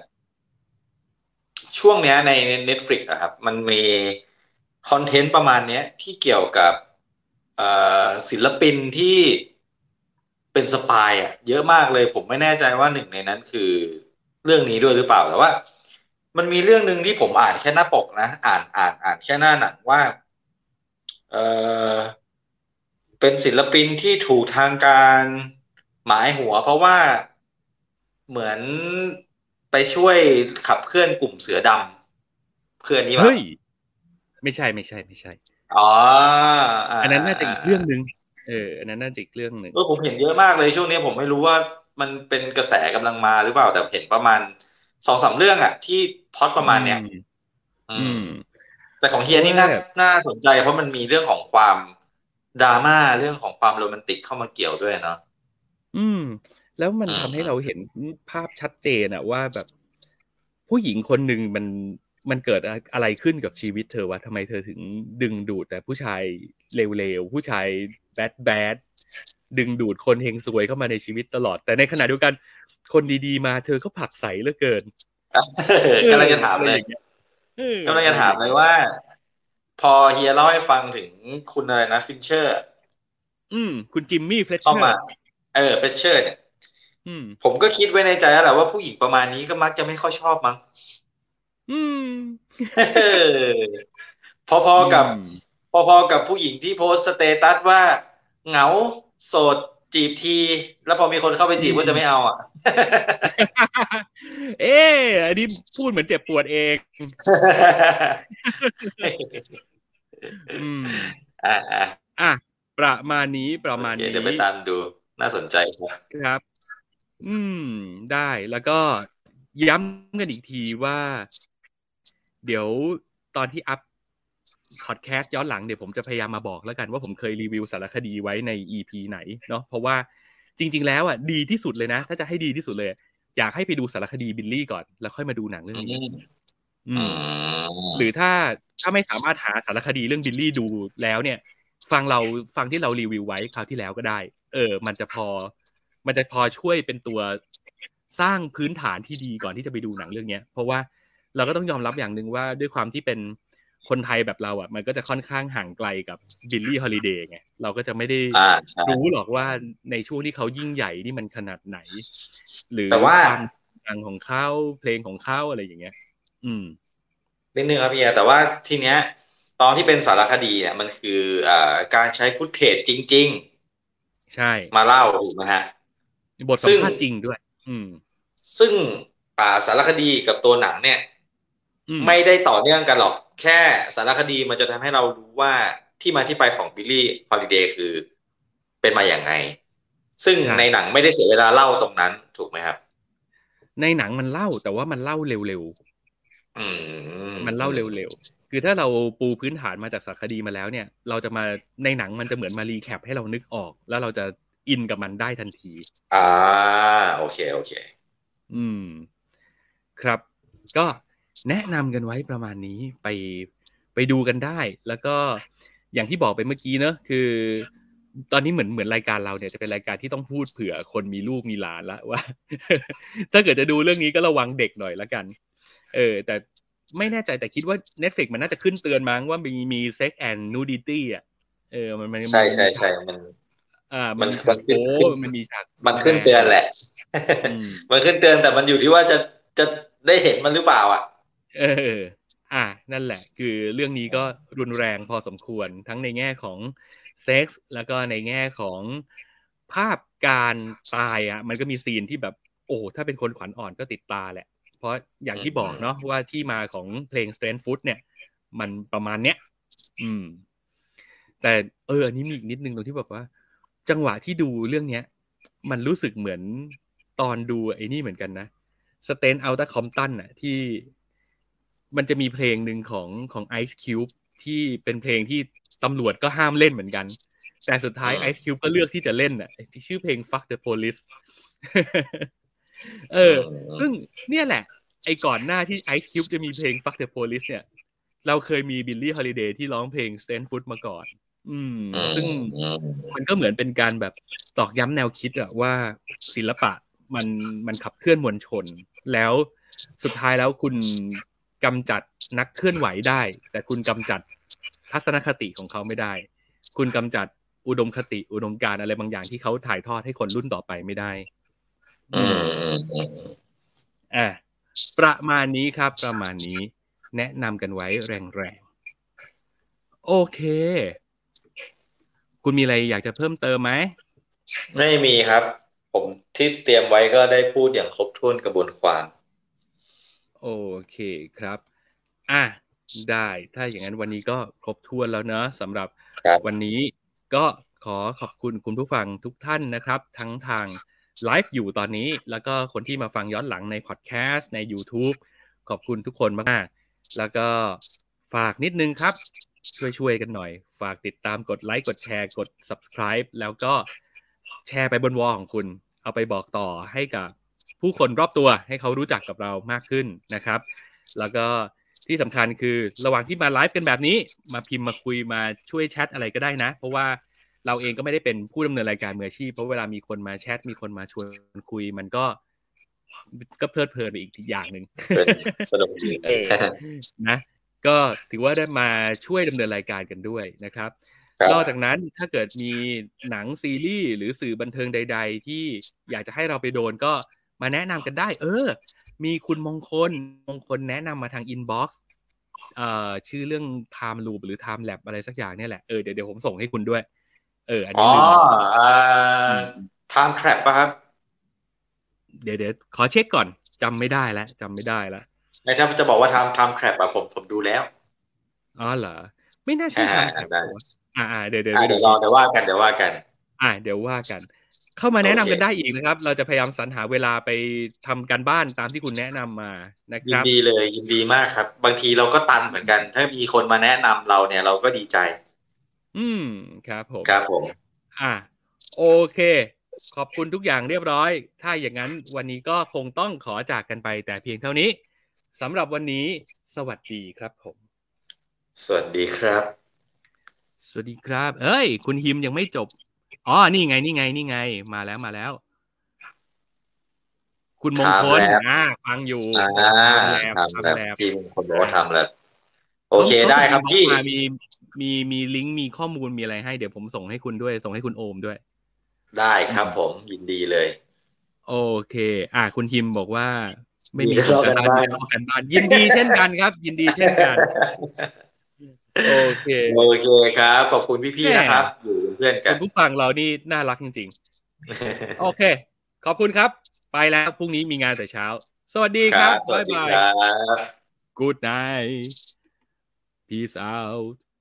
ช่วงเนี้ยใน Netflix อะครับมันมีคอนเทนต์ประมาณเนี้ยที่เกี่ยวกับศิลปินที่เป็นสปายอะเยอะมากเลยผมไม่แน่ใจว่าหนึ่งในนั้นคือเรื่องนี้ด้วยหรือเปล่าแต่ว่ามันมีเรื่องหนึ่งที่ผมอ่านแค่หน้าปกนะอ่านอ่านอ่านแค่หน้าหนังว่าเออเป็นศิลปินที่ถูกทางการหมายหัวเพราะว่าเหมือนไปช่วยขับเคลื่อนกลุ่มเสือดำเพื่อนนี้ป่ะ
เฮ้ยไม่ใช่ไม่ใช่ไม่ใช่
อ๋อ
อันนั้นน่าจะอีกเรื่องนึงเอออันนั้นน่าจะอีกเรื่องนึง
เออผมเห็นเยอะมากเลยช่วงนี้ผมไม่รู้ว่ามันเป็นกระแสกำลังมาหรือเปล่าแต่เห็นประมาณสองสามเรื่องอะที่พล็อตประมาณเนี้ยอืมแต่ของเฮียนี่น่าน่าสนใจเพราะมันมีเรื่องของความดราม่าเรื่องของความโรแมนติกเข้ามาเกี่ยวด้วยเนาะ
อืมแล้วมันทำให้เราเห็นภาพชัดเจนอะว่าแบบผู้หญิงคนหนึ่งมันมันเกิดอะไรขึ้นกับชีวิตเธอวะทำไมเธอถึงดึงดูดแต่ผู้ชายเลวๆผู้ชายแบดแบดดึงดูดคนเฮงซวยเข้ามาในชีวิตตลอดแต่ในขณะเดียวกันคนดีๆมาเธอก็ผลักใสเหลือเกิน
กำลังจะถามเลยกำลังจะถามเลยว่าพอเฮียเล่าให้ฟังถึงคุณอะไรนะฟินเชอร์
อืมคุณจิมมี่เฟลเชอ
ร์เออเฟลเชอร์เนี่ยผมก็คิดไว้ในใจแล้วแหละว่าผู้หญิงประมาณนี้ก็มักจะไม่ค่อยชอบมั้ง
อืม
พอๆกับพอๆกับผู้หญิงที่โพสสเตตัสว่าเหงาโสดจีบทีแล้วพอมีคนเข้าไปจีบก็จะไม่เอาอ่ะ
เอ๊ะอันนี้พูดเหมือนเจ็บปวดเองอืม
อ่า
อ่ะประมาณนี้ประมาณนี้
เดี๋ยวไปตามดูน่าสนใจครับ
ครับอืมได้แล้วก็ย้ำกันอีกทีว่าเดี๋ยวตอนที่อัพพอดแคสต์ย้อนหลังเดี๋ยวผมจะพยายามมาบอกแล้วกันว่าผมเคยรีวิวสารคดีไว้ใน อี พี ไหนเนาะเพราะว่าจริงๆแล้วอ่ะดีที่สุดเลยนะถ้าจะให้ดีที่สุดเลยอยากให้ไปดูสารคดีบิลลี่ก่อนแล้วค่อยมาดูหนังเรื่องนี้อืมหรือถ้าถ้าไม่สามารถหาสารคดีเรื่องบิลลี่ดูแล้วเนี่ยฟังเราฟังที่เรารีวิวไว้คราวที่แล้วก็ได้เออมันจะพอมันจะพอช่วยเป็นตัวสร้างพื้นฐานที่ดีก่อนที่จะไปดูหนังเรื่องนี้เพราะว่าเราก็ต้องยอมรับอย่างนึงว่าด้วยความที่เป็นคนไทยแบบเราอ่ะมันก็จะค่อนข้างห่างไกลกับบิลลี่ฮอลิเดย์ไงเราก็จะไม่ได้รู้หรอกว่าในช่วงที่เขายิ่งใหญ่นี่มันขนาดไหนหรือความดังของเขาเพลงของเขาอะไรอย่างเงี้ยอืม
นิดนึงครับพี่แต่ว่าทีเนี้ยตอนที่เป็นสารคดีเนี่ยมันคืออ่าการใช้ฟุตเทจจริงๆ
ใช่
มาเล่าถูกไหมฮะ
บทสัมภาษณ์จริงด้วยอืม
ซึ่งอ่าสารคดีกับตัวหนังเนี่ยไม่ได้ต่อเนื่องกันหรอกแค่สารคดีมันจะทำให้เรารู้ว่าที่มาที่ไปของบิลลี่ฮอลิเดย์คือเป็นมาอย่างไงซึ่งในหนังไม่ได้เสียเวลาเล่าตรงนั้นถูกไหมครับ
ในหนังมันเล่าแต่ว่ามันเล่าเร็วๆอืมมันเล่าเร็วๆคือถ้าเราปูพื้นฐานมาจากสารคดีมาแล้วเนี่ยเราจะมาในหนังมันจะเหมือนมารีแคปให้เรานึกออกแล้วเราจะอินกับมันได้ทันที
อ่าโอเคโอเค
อืมครับก็แนะนำกันไว้ประมาณนี้ไปไปดูกันได้แล้วก็อย่างที่บอกไปเมื่อกี้เนอะคือตอนนี้เหมือนเหมือนรายการเราเนี่ยจะเป็นรายการที่ต้องพูดเผื่อคนมีลูกมีหลานละว่า ถ้าเกิดจะดูเรื่องนี้ก็ระวังเด็กหน่อยละกันเออแต่ไม่แน่ใจแต่คิดว่า Netflix มันน่าจะขึ้นเตือนมั้งว่ามีมี sex and nudity อ่ะเออมันมัน
ใช่ใช่ใช่มัน
อ่ามันมีฉากโป๊มันมีฉาก
มันขึ้นเตือนแหละมันขึ้นเตือนแต่มันอยู่ที่ว่าจะจะได้เห็นมันหรือเปล่าอ่ะ
เอออ่ะนั่นแหละคือเรื่องนี้ก็รุนแรงพอสมควรทั้งในแง่ของเซ็กส์แล้วก็ในแง่ของภาพการตายอ่ะมันก็มีซีนที่แบบโอ้ถ้าเป็นคนขวัญอ่อนก็ติดตาแหละเพราะอย่างที่บอกเนาะว่าที่มาของเพลง Strange Fruit เนี่ยมันประมาณเนี้ยอืมแต่เอออันนี้มีอีกนิดนึงตรงที่แบบว่าจังหวะที่ดูเรื่องเนี้ยมันรู้สึกเหมือนตอนดูไอ้นี่เหมือนกันนะStand Out of Compton น่ะที่มันจะมีเพลงหนึ่งของของ Ice Cube ที่เป็นเพลงที่ตำรวจก็ห้ามเล่นเหมือนกันแต่สุดท้าย Ice Cube ก็เลือกที่จะเล่นน่ะที่ชื่อเพลง Fuck the Police เออซึ่งเนี่ยแหละไอ้ก่อนหน้าที่ Ice Cube จะมีเพลง Fuck the Police เนี่ยเราเคยมี Billie Holiday ที่ร้องเพลง Stand Foot มาก่อนอืมซึ่งมันก็เหมือนเป็นการแบบตอกย้ำแนวคิดอะว่าศิลปะมันมันขับเคลื่อนมวลชนแล้วสุดท้ายแล้วคุณกำจัดนักเคลื่อนไหวได้แต่คุณกำจัดทัศนคติของเขาไม่ได้คุณกำจัดอุดมคติอุดมการณ์อะไรบางอย่างที่เขาถ่ายทอดให้คนรุ่นต่อไปไม่ได้อืมอ่ะประมาณนี้ครับประมาณนี้แนะนำกันไว้แรงๆโอเคคุณมีอะไรอยากจะเพิ่มเติมไหม
ไม่มีครับผมที่เตรียมไว้ก็ได้พูดอย่างครบถ้วนกระบวนความ
โอเคครับอ่ะได้ถ้าอย่างนั้นวันนี้ก็ครบถ้วนแล้วเนอะสำหรับวันนี้ก็ขอขอบคุณคุณผู้ฟังทุกท่านนะครับทั้งทางไลฟ์อยู่ตอนนี้แล้วก็คนที่มาฟังย้อนหลังในพอดแคสต์ใน YouTube ขอบคุณทุกคนมากๆแล้วก็ฝากนิดนึงครับช่วยๆกันหน่อยฝากติดตามกดไลค์กดแชร์กด Subscribe แล้วก็แชร์ไปบนวอลของคุณเอาไปบอกต่อให้กับผู้คนรอบตัวให้เขารู้จักกับเรามากขึ้นนะครับแล้วก็ที่สำคัญคือระหว่างที่มาไลฟ์กันแบบนี้มาพิมพ์มาคุยมาช่วยแชทอะไรก็ได้นะเพราะว่าเราเองก็ไม่ได้เป็นผู้ดำเนินรายการมืออาชีพเพราะเวลามีคนมาแชทมีคนมาชวนคุยมันก็ก็เพลิดเพลินไปอีกอย่างนึง
สนุกจริง
เออนะก็ถือว่าได้มาช่วยดำเนินรายการกันด้วยนะครับนอกจากนั้นถ้าเกิดมีหนังซีรีส์หรือสื่อบันเทิงใดๆที่อยากจะให้เราไปโดนก็มาแนะนำกันได้เออมีคุณมงคลมงคลแนะนำมาทางอินบ็อกซ์เอ่อชื่อเรื่อง Time Loop หรือ Time Lab อะไรสักอย่างเนี่ยแหละเออเดี๋ยวเดี๋ยวผมส่งให้คุณด้วยเอออันนี้ลืม
อ๋อเอ่อ Time Trap ป่ะครับ
เดี๋ยวเดี๋ยวขอเช็คก่อนจำไม่ได้แล้วจำไม่ได้แล้ว
ไม่ถ้าจะบอกว่า Time Time Trap อะผมผมดูแล้ว
อ๋อเหรอไม่น่าใช่ Time Trap อ่าอ่าเดี๋ยวเดี๋ยว
เดี๋ยวรอเดี๋ยวว่ากันเดี๋ยวว่ากัน
อ่าเดี๋ยวว่ากันเข้ามาแนะนำกันได้อีกนะครับเราจะพยายามสรรหาเวลาไปทำการบ้านตามที่คุณแนะนำมานะค
ยิน
รับ
ดีเลยยินดีมากครับบางทีเราก็ตันเหมือนกันถ้ามีคนมาแนะนำเราเนี่ยเราก็ดีใจ
อืมครับผม
ครับผม
อ่ะโอเคขอบคุณทุกอย่างเรียบร้อยถ้าอย่างนั้นวันนี้ก็คงต้องขอจากกันไปแต่เพียงเท่านี้สำหรับวันนี้สวัสดีครับผม
สวัสดีครับ
สวัสดีครับเอ้ยคุณฮิมยังไม่จบอ๋อนี่ไงนี่ไงนี่ไงมาแล้วมาแล้วคุณมงคลอ่าฟังอยู่บอกทำแลบ
ทำ
ทำ
แล้ว
แลบ
พี่คนบอกว่าทำแล้วโอ
เขา
เค
เขา
ได้
ส่ง
ครับพี่
อินบ็อกซ์มามีมีมีลิงก์มีข้อมูลมีอะไรให้เดี๋ยวผมส่งให้คุณด้วยส่งให้คุณโอมด้วย
ได้ครับผมยินดีเลย
โอเคอ่าคุณฮิมบอกว่าไม่มี
มี
ส่ง
ลอก
กันบ้านมี
กันบ้าน
ลอกกันบ้านยินดีเช่นกันครับ ยินดีเช่นกันโอเค
โอเคครับขอบคุณพี่ๆนะครับอยู่เป็นเพื่อนกัน
คุณผู้ฟังเรานี่น่ารักจริงๆโอเคขอบคุณครับไปแล้วพรุ่งนี้มีงานแต่เช้าสวัสดีครับ
ครับสวั
บ๊ายบาย
สดีครับ
Good night Peace out